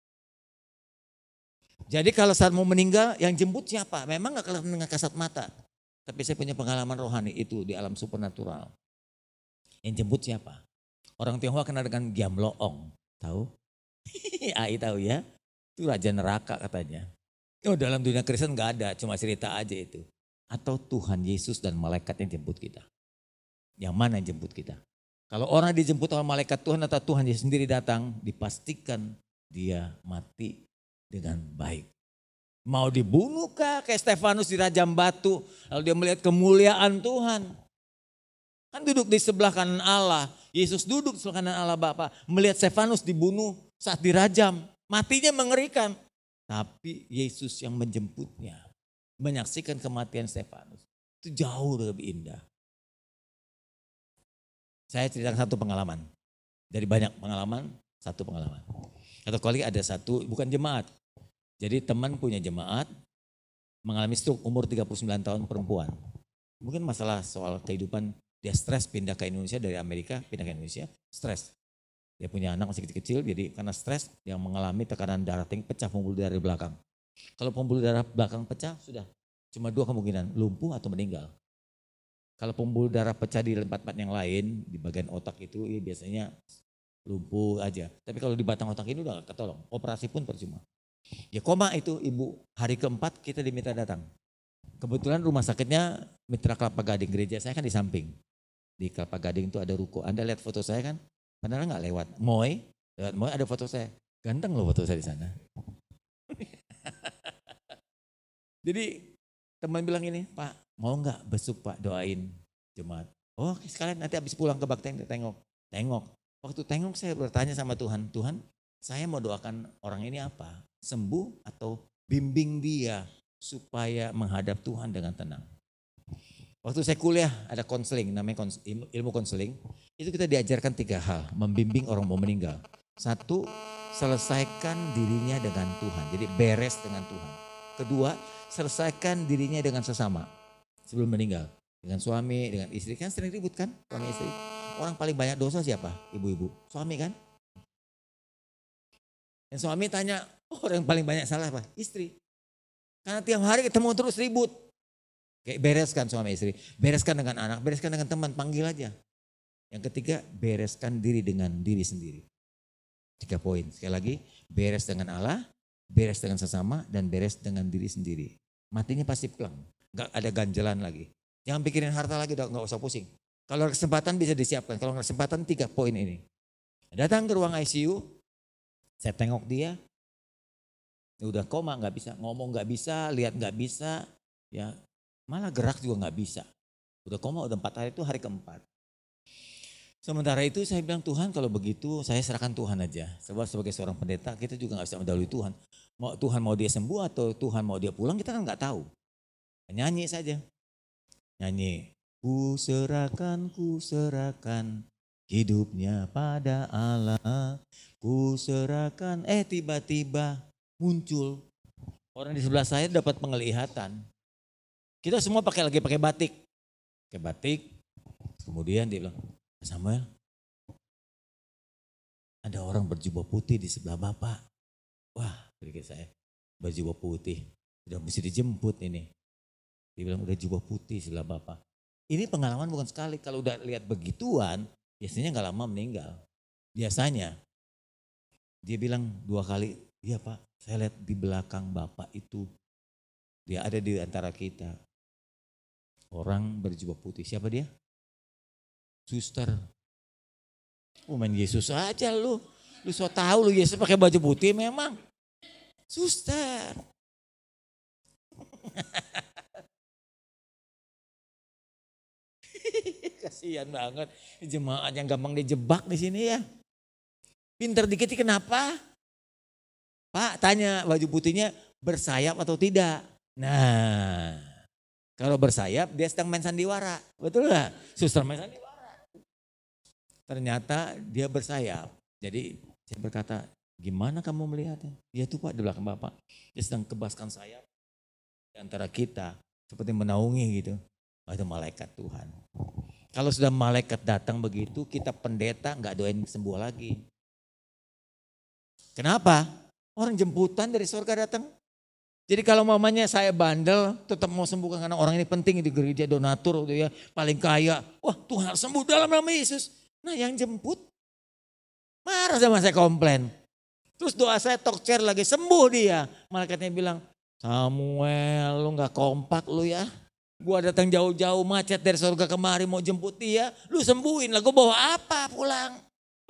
Jadi kalau saat mau meninggal, yang jemput siapa? Memang gak kelihatan dengan kasat mata. Tapi saya punya pengalaman rohani itu di alam supernatural. Yang jemput siapa? Orang Tionghoa kenal dengan Giam Loong. Tahu? Ai tahu ya? Itu raja neraka katanya. Oh dalam dunia Kristen gak ada, cuma cerita aja itu. Atau Tuhan Yesus dan malaikat yang jemput kita. Yang mana yang jemput kita? Kalau orang dijemput oleh malaikat Tuhan atau Tuhan Yesus sendiri datang, dipastikan dia mati dengan baik. Mau dibunuh kah kayak Stefanus dirajam batu, lalu dia melihat kemuliaan Tuhan. Kan duduk di sebelah kanan Allah, Yesus duduk di sebelah kanan Allah Bapa, melihat Stefanus dibunuh saat dirajam, matinya mengerikan. Tapi Yesus yang menjemputnya, menyaksikan kematian Stefanus, itu jauh lebih indah. Saya ceritakan satu pengalaman. Dari banyak pengalaman, satu pengalaman. Satu kali ada satu, bukan jemaat. Jadi teman punya jemaat, mengalami stroke umur 39 tahun perempuan. Mungkin masalah soal kehidupan, dia stres pindah ke Indonesia dari Amerika, pindah ke Indonesia, stres. Dia punya anak masih kecil-kecil, jadi karena stres yang mengalami tekanan darah tinggi, pecah pembuluh darah di belakang. Kalau pembuluh darah belakang pecah, sudah cuma dua kemungkinan, lumpuh atau meninggal. Kalau pembuluh darah pecah di tempat-tempat yang lain, di bagian otak itu ya biasanya lumpuh aja. Tapi kalau di batang otak ini udah gak ketolong, operasi pun percuma. Ya koma itu ibu, hari keempat kita diminta datang. Kebetulan rumah sakitnya Mitra Kelapa Gading, gereja saya kan di samping. Di Kelapa Gading itu ada ruko, Anda lihat foto saya kan, padahal gak lewat Moy ada foto saya. Ganteng loh foto saya di sana. Jadi teman bilang ini, Pak mau gak besuk Pak doain jemaat. Oh sekalian nanti habis pulang ke Bakteng tengok. Waktu tengok saya bertanya sama Tuhan, Tuhan Saya mau doakan orang ini apa? Sembuh atau bimbing dia supaya menghadap Tuhan dengan tenang. Waktu saya kuliah ada konseling, namanya ilmu konseling. Itu kita diajarkan 3 hal, membimbing orang mau meninggal. 1, selesaikan dirinya dengan Tuhan, jadi beres dengan Tuhan. 2, selesaikan dirinya dengan sesama sebelum meninggal. Dengan suami, dengan istri, kan sering ribut kan suami istri. Orang paling banyak dosa siapa? Ibu-ibu, suami kan? Dan suami tanya, orang yang paling banyak salah apa? Istri. Karena tiap hari ketemu terus ribut. Kayak bereskan suami istri, bereskan dengan anak, bereskan dengan teman, panggil aja. Yang 3, bereskan diri dengan diri sendiri. 3 poin, sekali lagi, beres dengan Allah, beres dengan sesama, dan beres dengan diri sendiri. Matinya pasti pleng, gak ada ganjelan lagi. Jangan pikirin harta lagi, udah gak usah pusing. Kalau kesempatan bisa disiapkan, kalau gak kesempatan 3 poin ini. Datang ke ruang ICU, saya tengok dia, udah koma gak bisa, ngomong gak bisa, lihat gak bisa, ya. Malah gerak juga gak bisa. Udah koma udah 4 hari itu hari keempat. Sementara itu saya bilang, Tuhan kalau begitu saya serahkan Tuhan aja. Sebab sebagai seorang pendeta kita juga gak bisa mendahului Tuhan. Tuhan mau dia sembuh atau Tuhan mau dia pulang kita kan gak tahu. Nyanyi saja. Nyanyi. Ku serahkan hidupnya pada Allah. Ku serahkan, tiba-tiba muncul. Orang di sebelah saya dapat penglihatan. Kita semua lagi pakai batik. Pakai batik. Kemudian dia bilang, Samuel, ada orang berjubah putih di sebelah Bapak. Wah, pikir saya, berjubah putih. Udah mesti dijemput ini. Dia bilang, udah jubah putih sebelah Bapak. Ini pengalaman bukan sekali. Kalau udah lihat begituan, biasanya gak lama meninggal. Biasanya. Dia bilang 2 kali, iya Pak, saya lihat di belakang Bapak itu. Dia ada di antara kita. Orang berjubah putih. Siapa dia? Suster. Main Yesus aja lu. Lu so tahu lu Yesus pakai baju putih memang. Suster. Kasihan banget. Jemaat yang gampang dijebak di sini ya. Pinter dikit kenapa? Pak tanya baju putihnya bersayap atau tidak. Nah. Kalau bersayap dia sedang main sandiwara, betul gak? Suster main sandiwara. Ternyata dia bersayap. Jadi saya berkata, gimana kamu melihatnya? Dia tuh Pak di belakang Bapak. Dia sedang kebaskan sayap di antara kita. Seperti menaungi gitu. Itu malaikat Tuhan. Kalau sudah malaikat datang begitu, kita pendeta gak doain sembuh lagi. Kenapa? Orang jemputan dari surga datang. Jadi kalau mamanya saya bandel, tetap mau sembuhkan karena orang ini penting di gereja, donatur, ya, paling kaya. Wah Tuhan harus sembuh dalam nama Yesus. Nah yang jemput marah sama saya, komplain. Terus doa saya talk lagi, sembuh dia. Malaikatnya bilang, Samuel lu gak kompak lu ya. Gua datang jauh-jauh macet dari surga kemari mau jemput dia. Lu sembuhin lah, gua bawa apa pulang.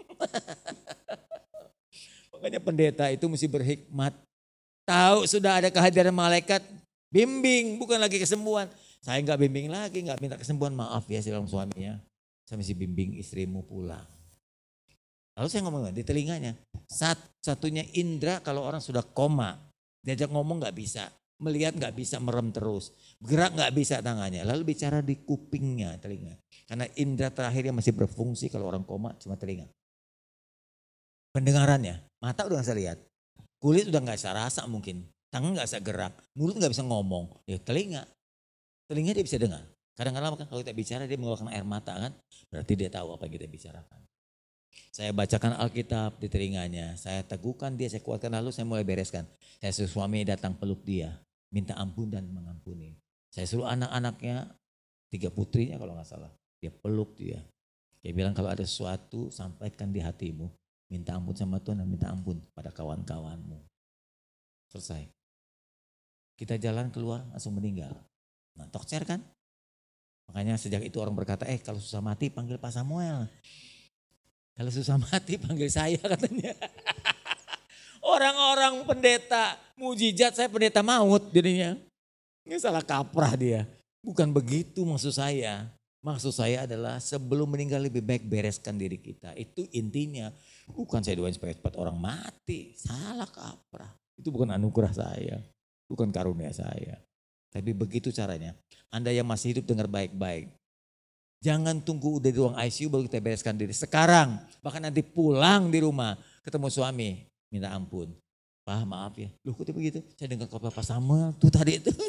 Makanya pendeta itu mesti berhikmat. Tahu sudah ada kehadiran malaikat, bimbing, bukan lagi kesembuhan. Saya enggak bimbing lagi, enggak minta kesembuhan, maaf ya silang suaminya. Saya mesti bimbing istrimu pulang. Lalu saya ngomong di telinganya, satunya indera kalau orang sudah koma, diajak ngomong enggak bisa, melihat enggak bisa, merem terus, gerak enggak bisa tangannya, lalu bicara di kupingnya, telinga. Karena indera terakhir yang masih berfungsi kalau orang koma cuma telinga. Pendengarannya, mata udah gak bisa lihat. Kulit udah gak bisa rasa mungkin, tangan gak bisa gerak, mulut gak bisa ngomong, ya telinga dia bisa dengar. Kadang-kadang kan kalau kita bicara dia mengeluarkan air mata kan, berarti dia tahu apa yang kita bicarakan. Saya bacakan Alkitab di telinganya, saya teguhkan dia, saya kuatkan, lalu saya mulai bereskan. Saya suruh suami datang peluk dia, minta ampun dan mengampuni. Saya suruh anak-anaknya, 3 putrinya kalau gak salah, dia peluk dia. Dia bilang kalau ada sesuatu sampaikan di hatimu. Minta ampun sama Tuhan dan minta ampun pada kawan-kawanmu. Selesai. Kita jalan keluar langsung meninggal. Nah tokcer kan? Makanya sejak itu orang berkata, kalau susah mati panggil Pak Samuel. Kalau susah mati panggil saya katanya. Orang-orang pendeta mujizat, saya pendeta maut jadinya. Ini salah kaprah dia. Bukan begitu maksud saya. Maksud saya adalah sebelum meninggal lebih baik bereskan diri kita. Itu intinya. Bukan saya doain supaya cepat orang mati. Salah kaprah. Itu bukan anugerah saya. Bukan karunia saya. Tapi begitu caranya. Anda yang masih hidup dengar baik-baik. Jangan tunggu udah di ruang ICU baru kita bereskan diri. Sekarang. Bahkan nanti pulang di rumah. Ketemu suami. Minta ampun. Pak maaf ya. Loh kok begitu? Saya dengar khotbah Pak Samuel tuh tadi itu.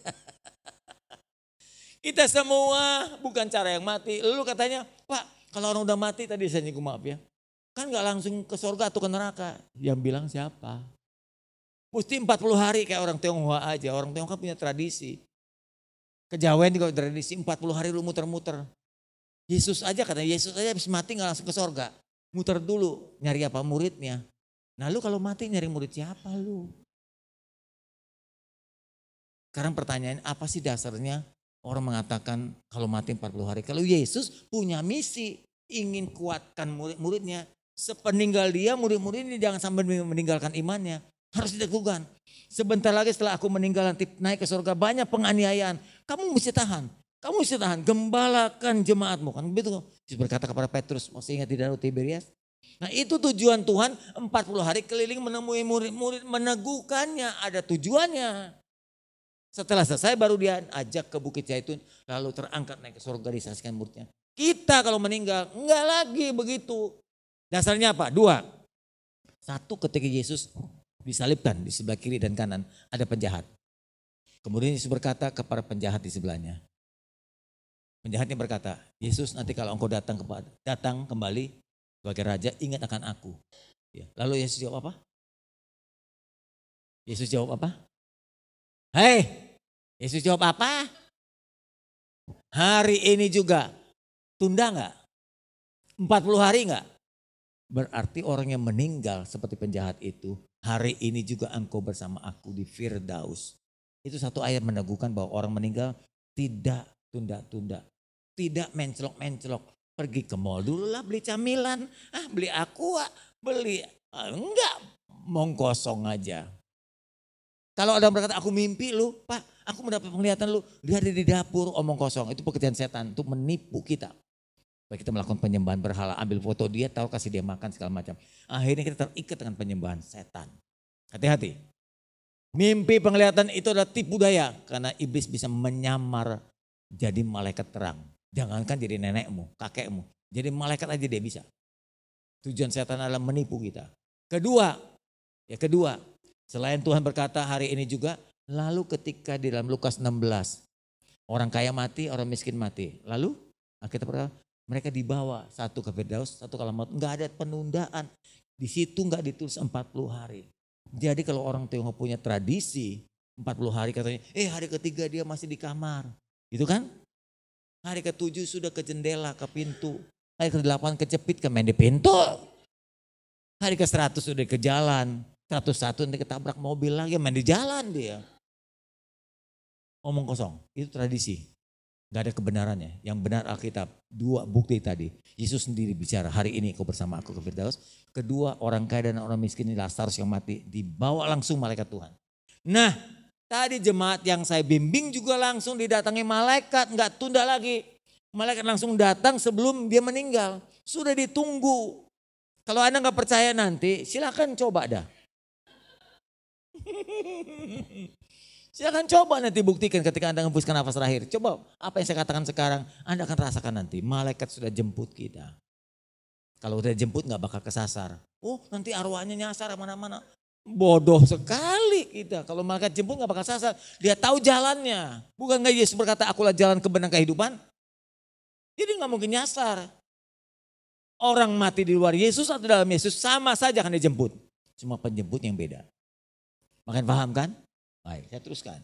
Kita semua bukan cara yang mati. Lalu katanya, Pak kalau orang udah mati tadi saya nyinggung maaf ya. Kan gak langsung ke surga atau ke neraka. Yang bilang siapa? Mesti 40 hari kayak orang Tionghoa aja. Orang Tionghoa punya tradisi. Kejawen juga tradisi 40 hari lu muter-muter. Yesus aja katanya, Yesus aja habis mati gak langsung ke surga. Muter dulu, nyari apa muridnya. Nah lu kalau mati nyari murid siapa lu? Sekarang pertanyaan apa sih dasarnya orang mengatakan kalau mati 40 hari. Kalau Yesus punya misi ingin kuatkan murid-muridnya. Sepeninggal dia murid-murid ini jangan sampai meninggalkan imannya. Harus dilakukan. Sebentar lagi setelah aku meninggal nanti naik ke surga banyak penganiayaan. Kamu mesti tahan. Kamu mesti tahan. Gembalakan jemaatmu. Kan begitu. Yesus berkata kepada Petrus. Masih ingat di Danau Tiberias. Nah itu tujuan Tuhan 40 hari keliling menemui murid-murid meneguhkannya. Ada tujuannya. Setelah selesai baru dia ajak ke Bukit Zaitun. Lalu terangkat naik ke surga disaksikan muridnya. Kita kalau meninggal enggak lagi begitu. Dasarnya apa? 2. 1 ketika Yesus disalibkan di sebelah kiri dan kanan ada penjahat. Kemudian Yesus berkata kepada penjahat di sebelahnya. Penjahatnya berkata, Yesus nanti kalau engkau datang kembali sebagai raja ingat akan aku. Ya. Lalu Yesus jawab apa? Yesus jawab apa? Hei, Yesus jawab apa? Hari ini juga tunda enggak? 40 hari enggak? Berarti orang yang meninggal seperti penjahat itu, hari ini juga engkau bersama aku di Firdaus. Itu satu ayat meneguhkan bahwa orang meninggal tidak tunda-tunda. Tidak mencelok-mencelok. Pergi ke mall dulu lah beli camilan. Beli aqua, beli. Enggak, mong kosong aja. Kalau ada yang berkata aku mimpi lu, Pak aku mendapat penglihatan lu. Lihat di dapur omong kosong. Itu pekerjaan setan untuk menipu kita. Baik kita melakukan penyembahan berhala, ambil foto dia, tahu kasih dia makan segala macam. Akhirnya kita terikat dengan penyembahan setan. Hati-hati. Mimpi penglihatan itu adalah tipu daya. Karena iblis bisa menyamar jadi malaikat terang. Jangankan jadi nenekmu, kakekmu. Jadi malaikat aja dia bisa. Tujuan setan adalah menipu kita. Kedua, selain Tuhan berkata hari ini juga, lalu ketika di dalam Lukas 16, orang kaya mati, orang miskin mati. Lalu kita berkata, mereka dibawa satu ke Firdaus, satu ke alam maut. Enggak ada penundaan. Di situ enggak ditulis 40 hari. Jadi kalau orang Tionghoa punya tradisi 40 hari katanya, hari ketiga dia masih di kamar. Gitu kan? Hari ke-7 sudah ke jendela, ke pintu. Hari ke-8 kecepit ke main di pintu. Hari ke-100 sudah ke jalan. 101 nanti ketabrak mobil lagi main di jalan dia. Omong kosong, itu tradisi. Gak ada kebenarannya. Yang benar Alkitab. 2 bukti tadi. Yesus sendiri bicara hari ini kau bersama aku ke Firdaus. Kedua orang kaya dan orang miskin ini Lazarus yang mati. Dibawa langsung malaikat Tuhan. Nah tadi jemaat yang saya bimbing juga langsung didatangi malaikat. Gak tunda lagi. Malaikat langsung datang sebelum dia meninggal. Sudah ditunggu. Kalau Anda gak percaya nanti silakan coba dah. Silakan coba nanti buktikan ketika Anda menghembuskan nafas terakhir. Coba apa yang saya katakan sekarang, Anda akan rasakan nanti. Malaikat sudah jemput kita. Kalau udah jemput gak bakal kesasar. Nanti arwahnya nyasar mana-mana. Bodoh sekali kita. Kalau malaikat jemput gak bakal sasar. Dia tahu jalannya. Bukan gak Yesus berkata akulah jalan kebenaran kehidupan. Jadi gak mungkin nyasar. Orang mati di luar Yesus atau dalam Yesus sama saja akan dijemput. Cuma penjemput yang beda. Makin paham kan? Baik, saya teruskan.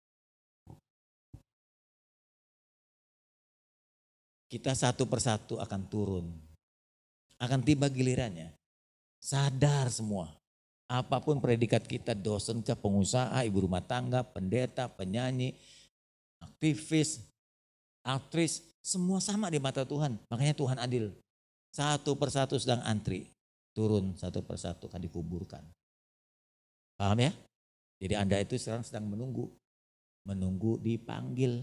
Kita satu persatu akan turun. Akan tiba gilirannya. Sadar semua. Apapun predikat kita, dosen, pengusaha, ibu rumah tangga, pendeta, penyanyi, aktivis, aktris, semua sama di mata Tuhan. Makanya Tuhan adil. Satu persatu sedang antri. Turun satu persatu akan dikuburkan. Paham ya? Jadi Anda itu sekarang sedang menunggu dipanggil.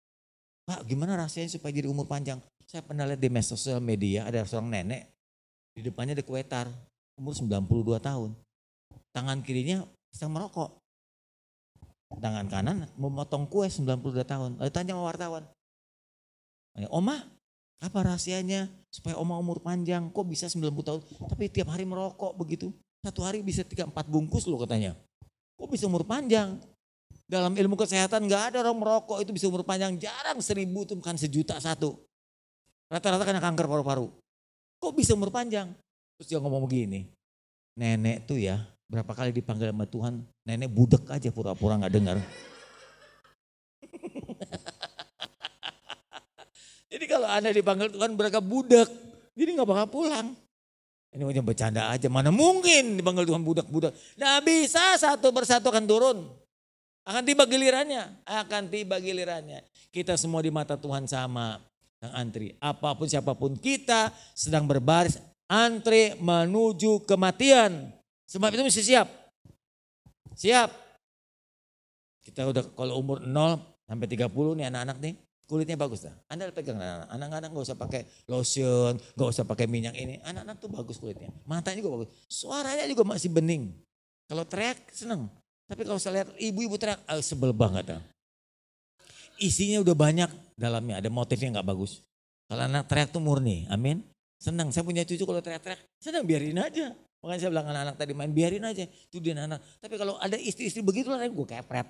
Pak gimana rasanya supaya jadi umur panjang? Saya pernah lihat di sosial media ada seorang nenek Di depannya ada kuetar, umur 92 tahun. Tangan kirinya sedang merokok. Tangan kanan memotong kue 92 tahun. Lalu tanya sama wartawan. Oma, apa rahasianya supaya oma umur panjang? Kok bisa 90 tahun? Tapi tiap hari merokok begitu. Satu hari bisa 3-4 bungkus loh katanya. Kok bisa umur panjang? Dalam ilmu kesehatan gak ada orang merokok itu bisa umur panjang. Jarang 1000 itu bukan 1.000.000 satu. Rata-rata kena kanker paru-paru. Kok bisa umur panjang? Terus dia ngomong begini. Nenek tuh ya berapa kali dipanggil sama Tuhan. Nenek budek aja pura-pura gak dengar. Jadi kalau Anda dipanggil Tuhan mereka budak. Jadi gak bakal pulang. Ini macam bercanda aja. Mana mungkin dipanggil Tuhan budak-budak. Nah bisa satu persatu akan turun. Akan tiba gilirannya. Akan tiba gilirannya. Kita semua di mata Tuhan sama. Yang antri. Apapun siapapun kita sedang berbaris. Antri menuju kematian. Sebab itu mesti siap. Siap. Kita udah kalau umur 0 sampai 30 nih anak-anak nih. Kulitnya bagus dah. Anda pegang anak-anak. Anak-anak gak usah pakai lotion, gak usah pakai minyak ini. Anak-anak tuh bagus kulitnya. Matanya juga bagus. Suaranya juga masih bening. Kalau teriak seneng. Tapi kalau saya lihat ibu-ibu teriak, sebel banget dah. Isinya udah banyak dalamnya. Ada motifnya gak bagus. Kalau anak teriak tuh murni. Amin. Senang. Saya punya cucu kalau teriak-teriak. Senang biarin aja. Makanya saya bilang anak-anak tadi main biarin aja. Itu dia anak. Tapi kalau ada istri-istri begitu lah gue kepret.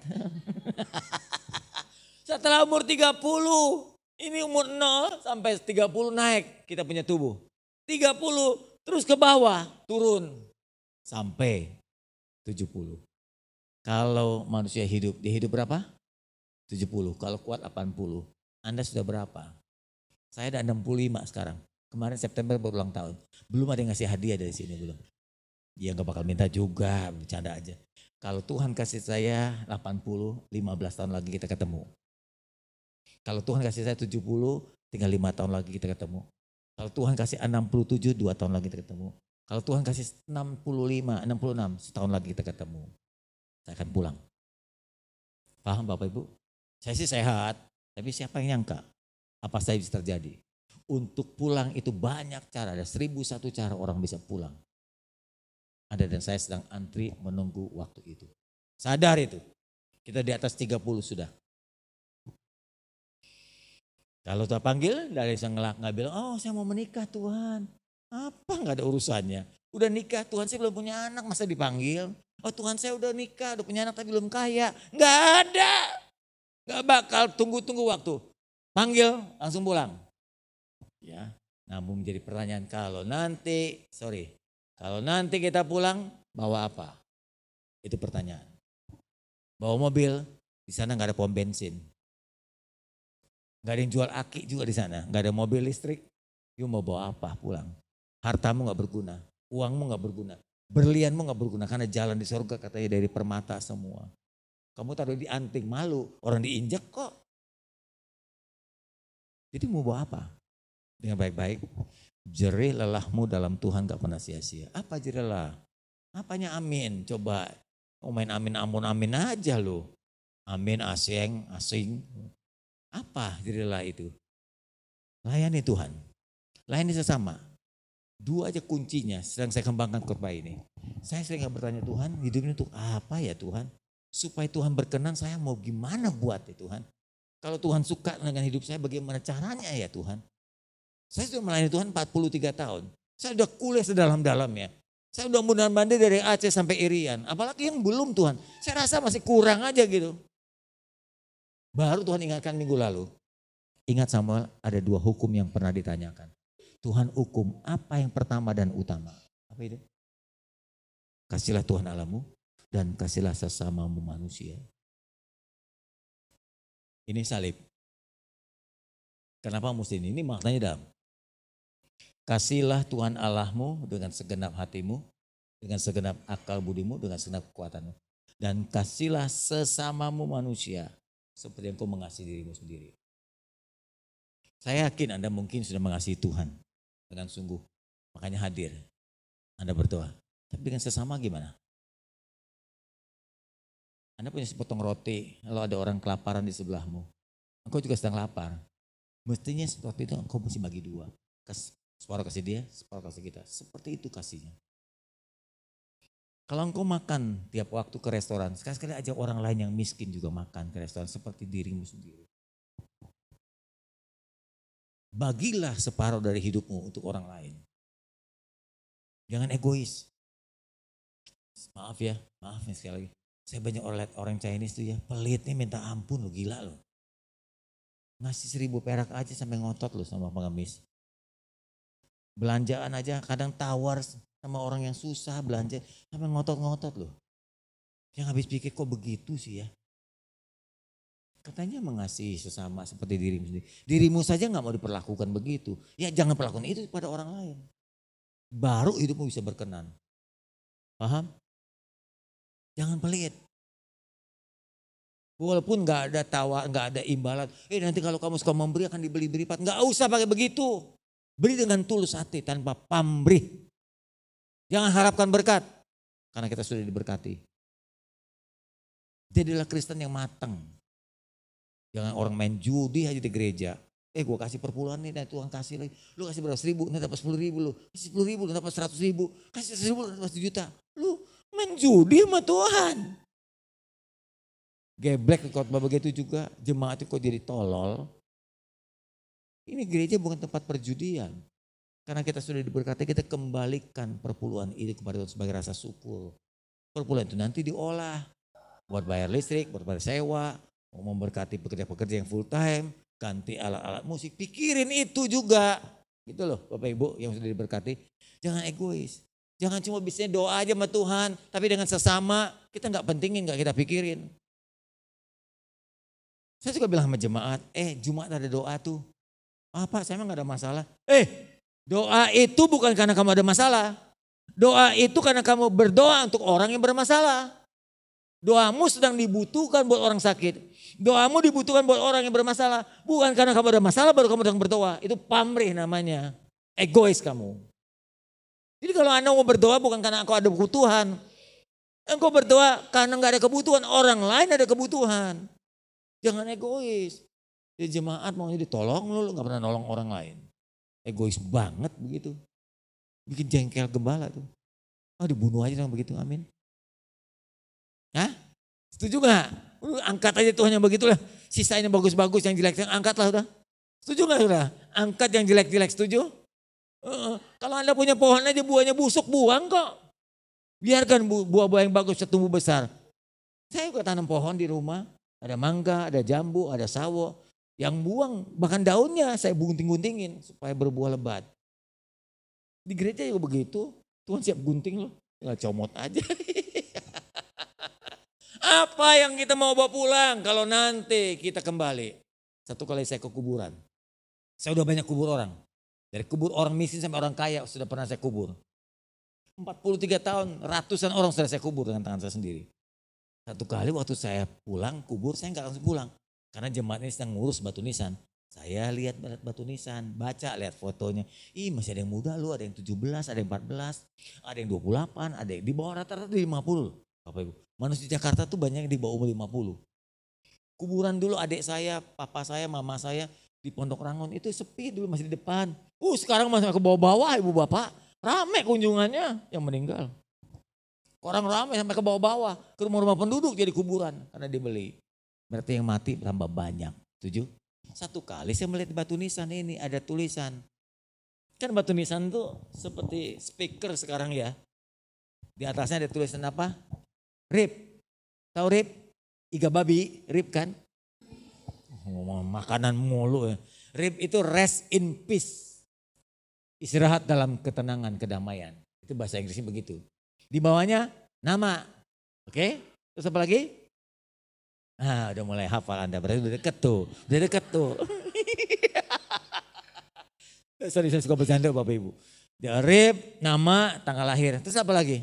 Setelah umur 30, ini umur 0 sampai 30 naik kita punya tubuh. 30 terus ke bawah turun sampai 70. Kalau manusia hidup, dia hidup berapa? 70, kalau kuat 80. Anda sudah berapa? Saya ada 65 sekarang. Kemarin September berulang tahun. Belum ada yang ngasih hadiah dari sini belum. Dia gak bakal minta juga, bercanda aja. Kalau Tuhan kasih saya 80, 15 tahun lagi kita ketemu. Kalau Tuhan kasih saya 70, tinggal 5 tahun lagi kita ketemu. Kalau Tuhan kasih 67, 2 tahun lagi kita ketemu. Kalau Tuhan kasih 65, 66, setahun lagi kita ketemu. Saya akan pulang. Paham Bapak Ibu? Saya sih sehat, tapi siapa yang nyangka apa saya bisa terjadi? Untuk pulang itu banyak cara, ada 1001 cara orang bisa pulang. Ada dan saya sedang antri menunggu waktu itu. Sadar itu, kita di atas 30 sudah. Kalau tak panggil, dari sang nggak bilang, oh saya mau menikah Tuhan. Apa nggak ada urusannya. Udah nikah Tuhan saya belum punya anak, masa dipanggil. Oh Tuhan saya udah nikah, udah punya anak tapi belum kaya. Nggak ada. Nggak bakal tunggu-tunggu waktu. Panggil, langsung pulang. Ya, namun menjadi pertanyaan kalau nanti kita pulang, bawa apa? Itu pertanyaan. Bawa mobil, di sana nggak ada pom bensin. Gak ada yang jual aki juga di sana. Gak ada mobil listrik. You mau bawa apa pulang? Hartamu gak berguna. Uangmu gak berguna. Berlianmu gak berguna. Karena jalan di surga katanya dari permata semua. Kamu taruh di anting malu. Orang diinjak kok. Jadi mau bawa apa? Dengan baik-baik. Jerih lelahmu dalam Tuhan gak pernah sia-sia. Apa jerih lelah? Apanya amin? Coba. Oh main amin amin aja lo. Amin asing. Apa jadilah itu? Layani Tuhan. Layani sesama. 2 aja kuncinya sedang saya kembangkan khotbah ini. Saya sering bertanya Tuhan, hidup ini untuk apa ya Tuhan? Supaya Tuhan berkenan saya mau gimana buat ya Tuhan? Kalau Tuhan suka dengan hidup saya bagaimana caranya ya Tuhan? Saya sudah melayani Tuhan 43 tahun. Saya sudah kuliah sedalam-dalamnya. Saya sudah mundar-mandir dari Aceh sampai Irian. Apalagi yang belum Tuhan. Saya rasa masih kurang aja gitu. Baru Tuhan ingatkan minggu lalu. Ingat Samuel, ada 2 hukum yang pernah ditanyakan. Tuhan hukum apa yang pertama dan utama? Apa itu? Kasihlah Tuhan Allahmu dan kasihlah sesamamu manusia. Ini salib. Kenapa mesti ini? Ini maknanya dalam. Kasihlah Tuhan Allahmu dengan segenap hatimu, dengan segenap akal budimu, dengan segenap kekuatanmu. Dan kasihlah sesamamu manusia. Seperti yang kau mengasihi dirimu sendiri. Saya yakin Anda mungkin sudah mengasihi Tuhan dengan sungguh. Makanya hadir. Anda berdoa. Tapi dengan sesama gimana? Anda punya sepotong roti. Kalau ada orang kelaparan di sebelahmu. Engkau juga sedang lapar. Mestinya roti itu engkau mesti bagi 2. Separuh kasih dia, separuh kasih kita. Seperti itu kasihnya. Kalau engkau makan tiap waktu ke restoran, sekali-sekali ajak orang lain yang miskin juga makan ke restoran seperti dirimu sendiri. Bagilah separuh dari hidupmu untuk orang lain. Jangan egois. Maaf ya sekali lagi. Saya banyak lihat orang Chinese tuh ya, pelitnya minta ampun lo, gila lo. Ngasih 1.000 perak aja sampai ngotot lo sama pengemis. Belanjaan aja kadang tawar sama orang yang susah belanja sampai ngotot-ngotot loh. Yang habis pikir kok begitu sih ya. Katanya mengasihi sesama seperti dirimu sendiri. Dirimu saja gak mau diperlakukan begitu. Ya jangan perlakukan itu pada orang lain. Baru hidupmu bisa berkenan. Paham? Jangan pelit. Walaupun gak ada tawar, gak ada imbalan. Nanti kalau kamu suka memberi akan dibeli beripat. Gak usah pakai begitu. Beri dengan tulus hati tanpa pamrih. Jangan harapkan berkat. Karena kita sudah diberkati. Jadilah Kristen yang matang. Jangan orang main judi aja di gereja. Gue kasih perpuluhan nih, dan Tuhan kasih lagi. Lu kasih berapa 1.000, nanti dapat 10.000 lu. Kasih 10.000, nanti dapat 100.000. Kasih 100.000, nanti dapat 1 juta. Lu main judi sama Tuhan. Geblek khotbah begitu juga. Jemaat itu kok jadi tolol. Ini gereja bukan tempat perjudian. Karena kita sudah diberkati, kita kembalikan perpuluhan itu kepada Tuhan sebagai rasa syukur. Perpuluhan itu nanti diolah. Buat bayar listrik, buat bayar sewa, mau memberkati pekerja-pekerja yang full time, ganti alat-alat musik, pikirin itu juga. Gitu loh Bapak Ibu yang sudah diberkati. Jangan egois. Jangan cuma bisanya doa aja sama Tuhan, tapi dengan sesama kita gak pentingin, gak kita pikirin. Saya suka bilang sama jemaat, Jumat ada doa tuh. Pak saya emang gak ada masalah. Doa itu bukan karena kamu ada masalah. Doa itu karena kamu berdoa untuk orang yang bermasalah. Doamu sedang dibutuhkan buat orang sakit. Doamu dibutuhkan buat orang yang bermasalah. Bukan karena kamu ada masalah baru kamu sedang berdoa. Itu pamrih namanya. Egois kamu. Jadi kalau Anda mau berdoa bukan karena engkau ada kebutuhan. Engkau berdoa karena gak ada kebutuhan. Orang lain ada kebutuhan. Jangan egois. Di jemaat maunya ditolong lu gak pernah nolong orang lain. Egois banget begitu. Bikin jengkel gembala tuh. Dibunuh aja sama begitu, amin. Hah? Setuju gak? Angkat aja Tuhan yang begitulah. Sisanya bagus-bagus, yang jelek angkatlah udah. Setuju gak udah? Angkat yang jelek-jelek, setuju? Kalau Anda punya pohon aja buahnya busuk, buang kok. Biarkan buah-buah yang bagus tumbuh besar. Saya juga tanam pohon di rumah. Ada mangga, ada jambu, ada sawo. Yang buang bahkan daunnya saya gunting-guntingin supaya berbuah lebat. Di gereja juga begitu. Tuhan siap gunting loh. Tinggal comot aja. Apa yang kita mau bawa pulang kalau nanti kita kembali? Satu kali saya ke kuburan. Saya udah banyak kubur orang. Dari kubur orang miskin sampai orang kaya sudah pernah saya kubur. 43 tahun ratusan orang sudah saya kubur dengan tangan saya sendiri. Satu kali waktu saya pulang kubur saya gak langsung pulang. Karena jemaat ini sedang ngurus batu nisan. Saya lihat batu nisan, baca, lihat fotonya. Masih ada yang muda lu, ada yang 17, ada yang 14, ada yang 28, ada yang di bawah rata-rata 50. Bapak Ibu, manusia di Jakarta tuh banyak yang di bawah umur 50. Kuburan dulu adik saya, papa saya, mama saya di Pondok Rangon itu sepi dulu masih di depan. Sekarang masih ke bawah-bawah ibu bapak. Rame kunjungannya yang meninggal. Orang rame sampai ke bawah-bawah, ke rumah-rumah penduduk jadi kuburan karena dibeli. Berarti yang mati tambah banyak. Setuju? Satu kali saya melihat batu nisan ini ada tulisan. Kan batu nisan itu seperti speaker sekarang ya. Di atasnya ada tulisan apa? RIP. Tahu RIP? Iga babi, RIP kan? Makanan mulu ya. RIP itu rest in peace. Istirahat dalam ketenangan, kedamaian. Itu bahasa Inggrisnya begitu. Di bawahnya nama. Oke? Terus apa lagi? Udah mulai hafal Anda, berarti udah deket tuh. Sorry, saya suka bercanda Bapak Ibu. RIP, nama, tanggal lahir, terus apa lagi?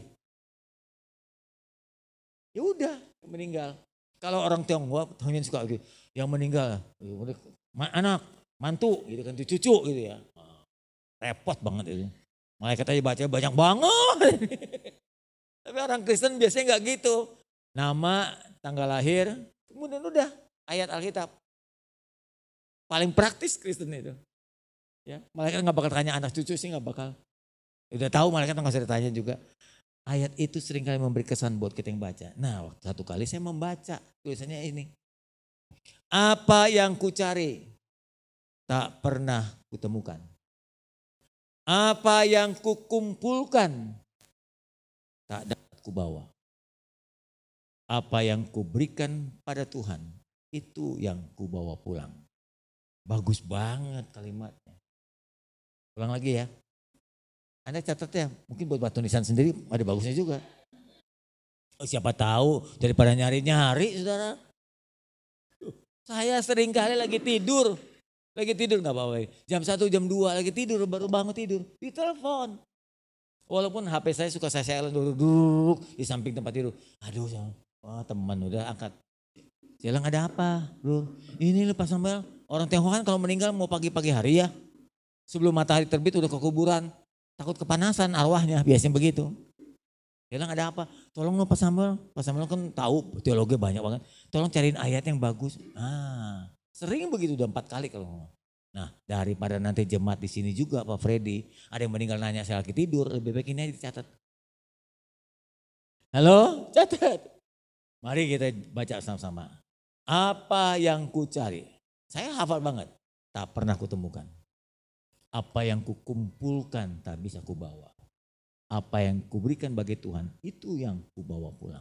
Ya udah, meninggal. Kalau orang Tionghoa, hanya suka gitu, yang meninggal, anak, mantu, gitu kan, cucu gitu ya. Repot banget itu. Malaikat aja baca banyak banget. Tapi orang Kristen biasanya nggak gitu. Nama, tanggal lahir, kemudian udah ayat Alkitab. Paling praktis Kristen itu. Ya, malaikat nggak bakal tanya, anak cucu sih nggak bakal. Udah tahu malaikat nggak usah ditanya juga. Ayat itu seringkali memberi kesan buat kita yang baca. Nah, waktu satu kali saya membaca tulisannya ini. Apa yang kucari tak pernah kutemukan. Apa yang kukumpulkan tak dapat kubawa. Apa yang kuberikan pada Tuhan itu yang kubawa pulang. Bagus banget kalimatnya. Ulang lagi ya. Anda catat ya, mungkin buat batu nisan sendiri ada bagusnya juga. Oh, siapa tahu daripada nyari-nyari saudara. Saya sering kali lagi tidur nggak apa-apa. Jam 1, jam 2 lagi tidur, baru bangun tidur, ditelepon. Walaupun HP saya suka saya silent duduk di samping tempat tidur. Aduh, teman udah angkat. Saya bilang ada apa bro? Ini Pak Samuel, orang Tionghoa kan kalau meninggal mau pagi-pagi hari ya. Sebelum matahari terbit udah ke kuburan. Takut kepanasan arwahnya, biasanya begitu. Dia bilang ada apa? Tolong Pak Samuel. Pak Samuel kan tahu teologi banyak banget. Tolong cariin ayat yang bagus. Sering begitu udah 4 kali kalau ngomong. Nah daripada nanti jemaat di sini juga Pak Freddy. Ada yang meninggal nanya saya lagi tidur. Lebih baik ini aja dicatat. Halo? Catat. Mari kita baca sama-sama. Apa yang kucari? Saya hafal banget. Tak pernah kutemukan. Apa yang kukumpulkan tak bisa kubawa. Apa yang kuberikan bagi Tuhan itu yang kubawa pulang.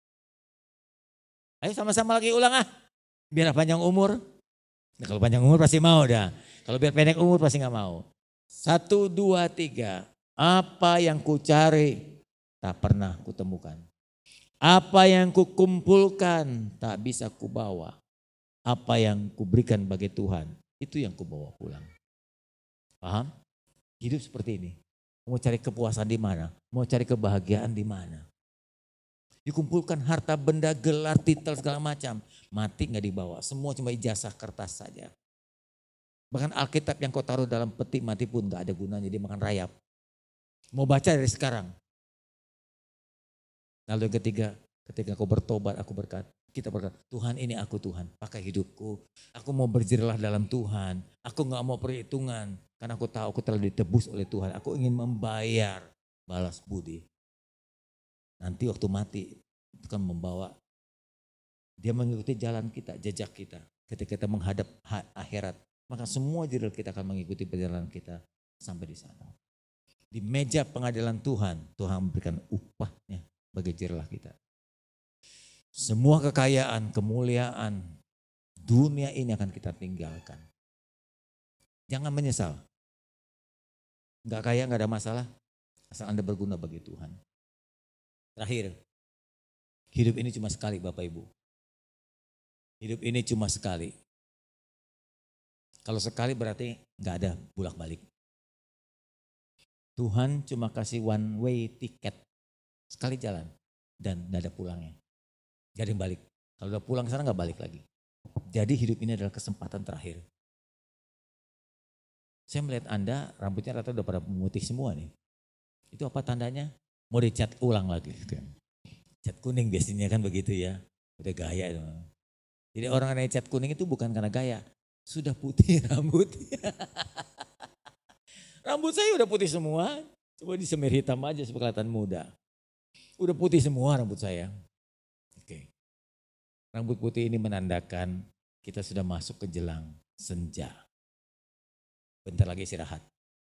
Ayo sama-sama lagi ulang biar panjang umur. Nah, kalau panjang umur pasti mau dah. Kalau biar pendek umur pasti gak mau. 1, 2, 3. Apa yang kucari tak pernah kutemukan. Apa yang kukumpulkan tak bisa kubawa. Apa yang kuberikan bagi Tuhan itu yang kubawa pulang. Paham? Hidup seperti ini. Mau cari kepuasan di mana? Mau cari kebahagiaan di mana? Dikumpulkan harta benda, gelar, titel segala macam. Mati gak dibawa. Semua cuma ijazah kertas saja. Bahkan Alkitab yang kau taruh dalam peti mati pun gak ada gunanya. Dia makan rayap. Mau baca dari sekarang. Lalu yang ketiga, ketika kau bertobat kita berkata, Tuhan ini aku Tuhan, pakai hidupku. Aku mau berjerilah dalam Tuhan. Aku gak mau perhitungan. Karena aku tahu aku telah ditebus oleh Tuhan. Aku ingin membayar balas budi. Nanti waktu mati itu kan membawa. Dia mengikuti jalan kita, jejak kita. Ketika kita menghadap akhirat. Maka semua jerilah kita akan mengikuti perjalanan kita sampai di sana. Di meja pengadilan Tuhan memberikan upahnya bagi jerilah kita. Semua kekayaan, kemuliaan dunia ini akan kita tinggalkan. Jangan menyesal. Enggak kaya, enggak ada masalah. Asal Anda berguna bagi Tuhan. Terakhir, hidup ini cuma sekali Bapak Ibu. Hidup ini cuma sekali. Kalau sekali berarti enggak ada bolak balik. Tuhan cuma kasih one way ticket. Sekali jalan dan enggak ada pulangnya. Gak ada yang balik. Kalau udah pulang ke sana gak balik lagi. Jadi hidup ini adalah kesempatan terakhir. Saya melihat Anda rambutnya rata udah pada memutih semua nih. Itu apa tandanya? Mau dicat ulang lagi. Cat kuning biasanya kan begitu ya. Udah gaya itu. Jadi orang yang cat kuning itu bukan karena gaya. Sudah putih rambutnya. Rambut saya udah putih semua. Coba disemir hitam aja supaya kelihatan muda. Udah putih semua rambut saya. Rambut putih ini menandakan kita sudah masuk ke jelang senja. Bentar lagi istirahat.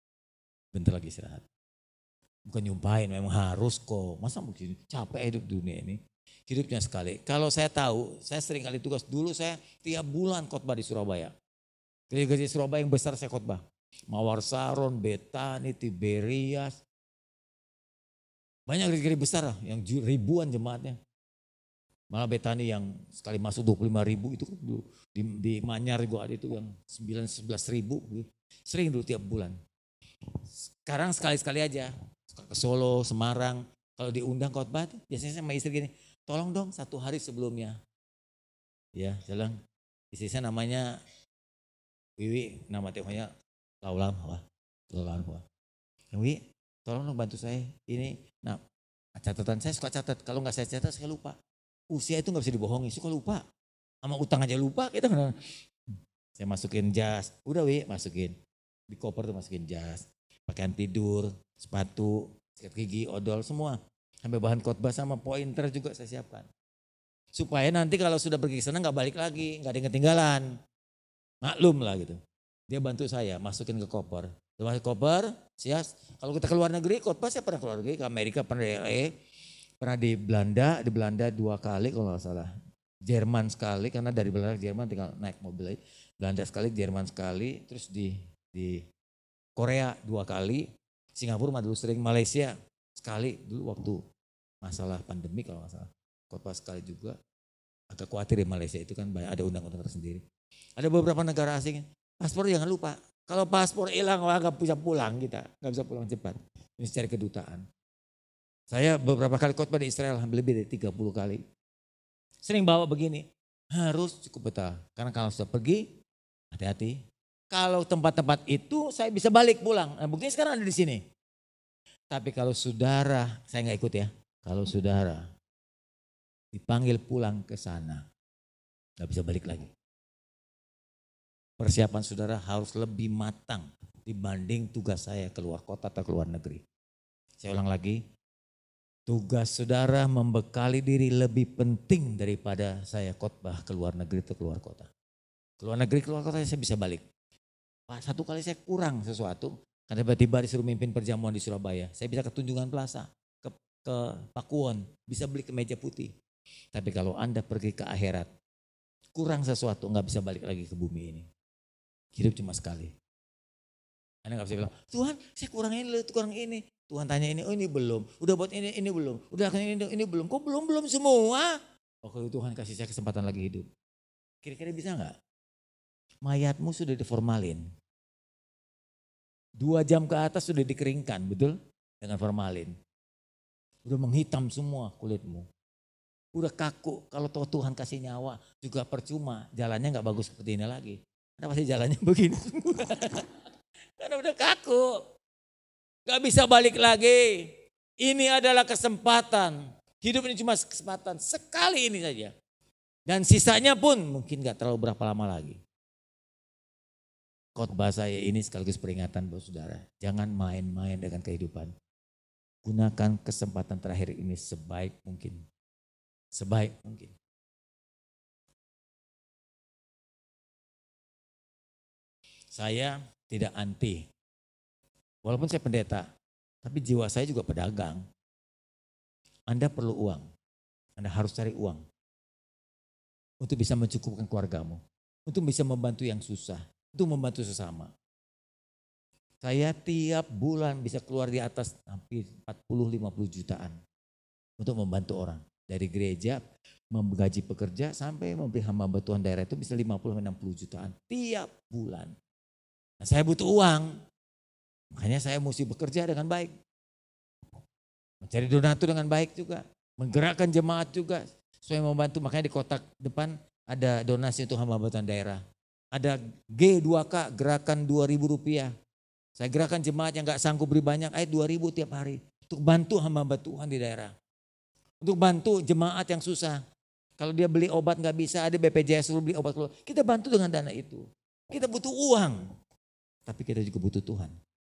Bukan nyumpahin, memang harus kok. Masa begini capek hidup dunia ini. Hidupnya sekali. Kalau saya tahu, saya sering kali tugas. Dulu saya tiap bulan khotbah di Surabaya. Gereja Surabaya yang besar saya khotbah. Mawar Saron, Betani, Tiberias. Banyak gereja besar lah, yang ribuan jemaatnya. Malah Betani yang sekali masuk 25.000 itu di Manyar juga ada itu yang 9-11 ribu. Sering dulu tiap bulan. Sekarang sekali-sekali aja. Ke Solo, Semarang. Kalau diundang khotbah biasanya sama istri gini. Tolong dong 1 hari sebelumnya. Ya, saya bilang. Istri saya namanya Wiwi. Nama Tionghoanya Laulam. Wiwi, tolong dong bantu saya. Ini. Nah, catatan saya suka catat. Kalau nggak saya catat saya lupa. Usia itu gak bisa dibohongi, suka lupa. Sama utang aja lupa kita. Saya masukin jas, udah masukin. Di koper tuh masukin jas, pakaian tidur, sepatu, sikat gigi, odol semua. Sampai bahan khotbah sama pointer juga saya siapkan. Supaya nanti kalau sudah pergi ke sana nggak balik lagi, nggak ada yang ketinggalan. Maklum lah gitu. Dia bantu saya masukin ke koper. Masuk koper, siap. Kalau kita ke luar negeri, khotbah saya pernah ke luar negeri, ke Amerika, pernah di LA, pernah di Belanda 2 kali kalau nggak salah. Jerman sekali, karena dari Belanda ke Jerman tinggal naik mobil aja. Belanda sekali, Jerman sekali, terus di Korea 2 kali, Singapura dulu sering, Malaysia sekali dulu waktu masalah pandemi kalau nggak salah. Khotbah sekali juga. Agak khawatir di Malaysia itu kan banyak ada undang-undang tersendiri. Ada beberapa negara asing, paspor jangan lupa. Kalau paspor hilang nggak bisa pulang kita, nggak bisa pulang cepat. Ini cari kedutaan. Saya beberapa kali khotbah di Israel, hampir lebih dari 30 kali. Sering bawa begini, harus cukup betul. Karena kalau sudah pergi, hati-hati. Kalau tempat-tempat itu saya bisa balik pulang. Nah, buktinya sekarang ada di sini. Tapi kalau saudara, saya nggak ikut ya. Kalau saudara dipanggil pulang ke sana, nggak bisa balik lagi. Persiapan saudara harus lebih matang dibanding tugas saya keluar kota atau keluar negeri. Saya ulang lagi, tugas saudara membekali diri lebih penting daripada saya khotbah keluar negeri atau keluar kota. Keluar negeri, keluar kota saya bisa balik. Satu kali saya kurang sesuatu, karena tiba-tiba disuruh mimpin perjamuan di Surabaya. Saya bisa ke Tunjungan Plaza, ke Pakuwon, bisa beli kemeja putih. Tapi kalau Anda pergi ke akhirat, kurang sesuatu, nggak bisa balik lagi ke bumi ini. Hidup cuma sekali. Anda nggak bisa bilang, Tuhan saya kurang ini. Tuhan tanya ini, oh ini belum. Udah buat ini belum. Udah ini belum. Kok belum semua? Oh kalau Tuhan kasih saya kesempatan lagi hidup. Kira-kira bisa nggak? Mayatmu sudah diformalin. 2 jam ke atas sudah dikeringkan, betul? Dengan formalin. Udah menghitam semua kulitmu. Udah kaku, kalau Tuhan kasih nyawa juga percuma. Jalannya gak bagus seperti ini lagi. Karena pasti jalannya begini. Karena udah kaku. Gak bisa balik lagi. Ini adalah kesempatan. Hidup ini cuma kesempatan sekali ini saja. Dan sisanya pun mungkin gak terlalu berapa lama lagi. Khotbah saya ini sekaligus peringatan buat saudara. Jangan main-main dengan kehidupan. Gunakan kesempatan terakhir ini sebaik mungkin. Sebaik mungkin. Saya tidak anti. Walaupun saya pendeta, tapi jiwa saya juga pedagang. Anda perlu uang. Anda harus cari uang. Untuk bisa mencukupkan keluargamu. Untuk bisa membantu yang susah. Untuk membantu sesama. Saya tiap bulan bisa keluar di atas hampir 40-50 jutaan. Untuk membantu orang. Dari gereja, menggaji pekerja sampai memberi hamba Tuhan daerah itu bisa 50-60 jutaan. Tiap bulan. Nah, saya butuh uang. Makanya saya mesti bekerja dengan baik. Mencari donatur dengan baik juga. Menggerakkan jemaat juga. Supaya membantu. Makanya di kotak depan ada donasi untuk hamba Tuhan daerah. Ada G2K, gerakan Rp2.000. Saya gerakan jemaat yang gak sanggup beri banyak, 2.000 tiap hari. Untuk bantu hamba Tuhan di daerah. Untuk bantu jemaat yang susah. Kalau dia beli obat gak bisa, ada BPJS suruh beli obat. Kita bantu dengan dana itu. Kita butuh uang. Tapi kita juga butuh Tuhan.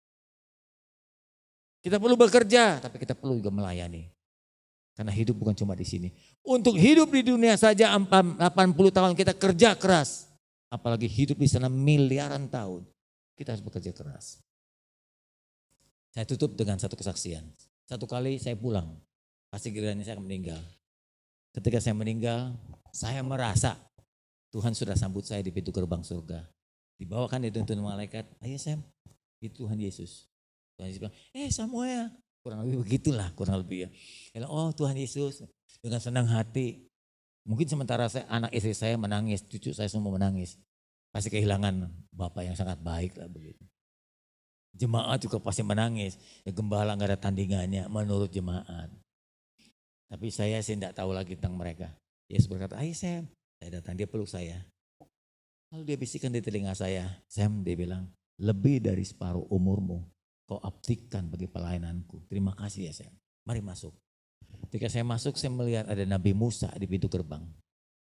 Kita perlu bekerja, tapi kita perlu juga melayani. Karena hidup bukan cuma di sini. Untuk hidup di dunia saja 80 tahun kita kerja keras. Apalagi hidup di sana miliaran tahun. Kita harus bekerja keras. Saya tutup dengan satu kesaksian. Satu kali saya pulang. Pasti kiranya saya akan meninggal. Ketika saya meninggal, saya merasa Tuhan sudah sambut saya di pintu gerbang surga. Dibawakan dituntun malaikat, ayo Sam, itu Tuhan Yesus. Tuhan Yesus bilang, Samuel. Kurang lebih begitulah, kurang lebih ya. Dia bilang, oh Tuhan Yesus, dengan senang hati. Mungkin sementara anak istri saya menangis, cucu saya semua menangis. Pasti kehilangan bapak yang sangat baik lah begitu. Jemaat juga pasti menangis. Ya, gembala gak ada tandingannya menurut jemaat. Tapi saya sih tidak tahu lagi tentang mereka. Yesus berkata, ayo Sam. Saya datang, dia peluk saya. Lalu dia bisikan di telinga saya. Sam, dia bilang, lebih dari separuh umurmu kau abdikan bagi pelayananku. Terima kasih ya Sam. Mari masuk. Ketika saya masuk, saya melihat ada Nabi Musa di pintu gerbang.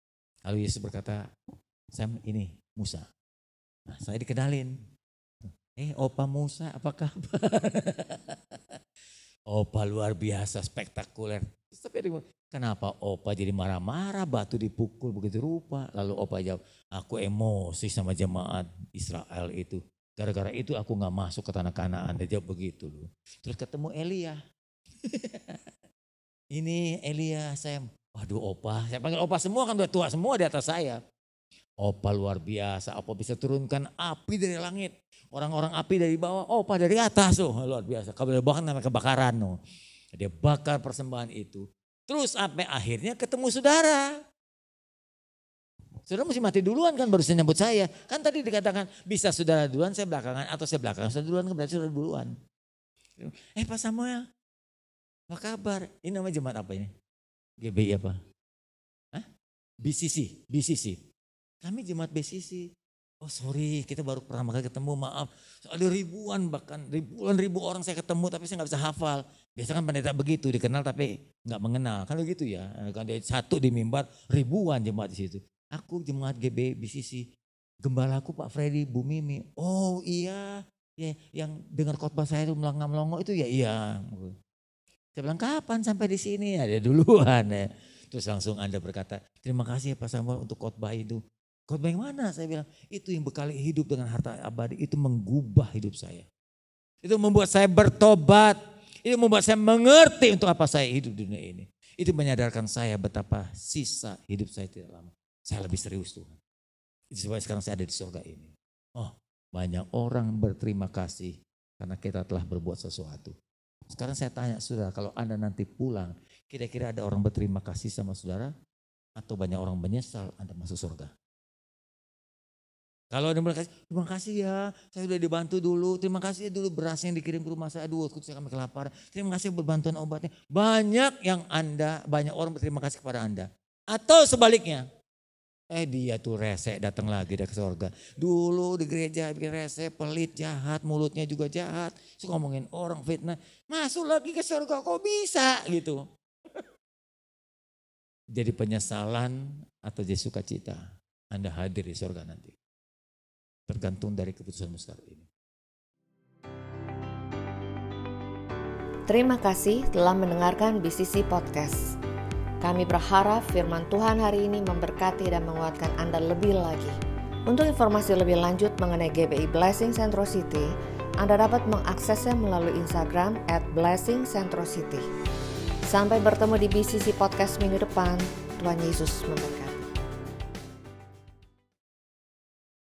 Lalu Yesus berkata, Sam ini Musa. Nah, saya dikenalin. Opa Musa apa kabar? Opa luar biasa, spektakuler. Tapi kenapa Opa jadi marah-marah, batu dipukul begitu rupa. Lalu Opa jawab, aku emosi sama jemaat Israel itu. Gara-gara itu aku gak masuk ke tanah Kanaan. Dia jawab begitu loh. Terus ketemu Elia. Ini Elia, waduh Opa, saya panggil Opa semua kan udah tua semua di atas saya. Opa luar biasa, Opa bisa turunkan api dari langit. Orang-orang api dari bawah, Opa dari atas. Luar biasa, bahkan namanya kebakaran. Dia bakar persembahan itu. Terus sampai akhirnya ketemu saudara. Saudara mesti mati duluan kan baru saya nyebut saya. Kan tadi dikatakan bisa saudara duluan, saya belakangan. Atau saya belakangan, saudara duluan, berarti saudara duluan. Pak Samuel, apa kabar? Ini namanya jemaat apa ini? GBI apa? BCC. Kami jemaat BCC. Oh sorry, kita baru pertama kali ketemu, maaf. Ada ribuan ribu orang saya ketemu tapi saya gak bisa hafal. Biasa kan pendeta begitu, dikenal tapi gak mengenal. Kan begitu ya, kan dia satu di mimbar, ribuan jemaat di situ. Aku jemaat GB BCC, gembalaku Pak Freddy, Bu Mimi. Oh iya, ya, yang dengar khotbah saya itu melongo itu ya iya. Saya bilang kapan sampai di sini? Ya dia duluan ya. Terus langsung Anda berkata, terima kasih ya Pak Samuel untuk khotbah itu. Khotbah yang mana? Saya bilang, itu yang bekali hidup dengan harta abadi, itu menggubah hidup saya. Itu membuat saya bertobat, itu membuat saya mengerti untuk apa saya hidup di dunia ini. Itu menyadarkan saya betapa sisa hidup saya tidak lama. Saya lebih serius Tuhan. Itu sebab sekarang saya ada di surga ini. Oh, banyak orang berterima kasih karena kita telah berbuat sesuatu. Sekarang saya tanya saudara, kalau Anda nanti pulang, kira-kira ada orang berterima kasih sama saudara? Atau banyak orang menyesal Anda masuk surga? Kalau ada berkasih, terima kasih ya, saya sudah dibantu dulu. Terima kasih ya dulu beras yang dikirim ke rumah saya. Aduh, saya kami kelaparan. Terima kasih berbantuan obatnya. Banyak orang berterima kasih kepada Anda. Atau sebaliknya, dia tuh rese datang lagi dari surga. Dulu di gereja bikin rese, pelit, jahat, mulutnya juga jahat. Suka ngomongin orang, fitnah. Masuk lagi ke surga, kok bisa gitu. Jadi penyesalan atau jadi sukacita, Anda hadir di surga nanti. Tergantung dari keputusanmu sekarang ini. Terima kasih telah mendengarkan BCC Podcast. Kami berharap firman Tuhan hari ini memberkati dan menguatkan Anda lebih lagi. Untuk informasi lebih lanjut mengenai GBI Blessing Centro City, Anda dapat mengaksesnya melalui Instagram @blessingcentrocity. Sampai bertemu di BCC Podcast minggu depan. Tuhan Yesus memberkati.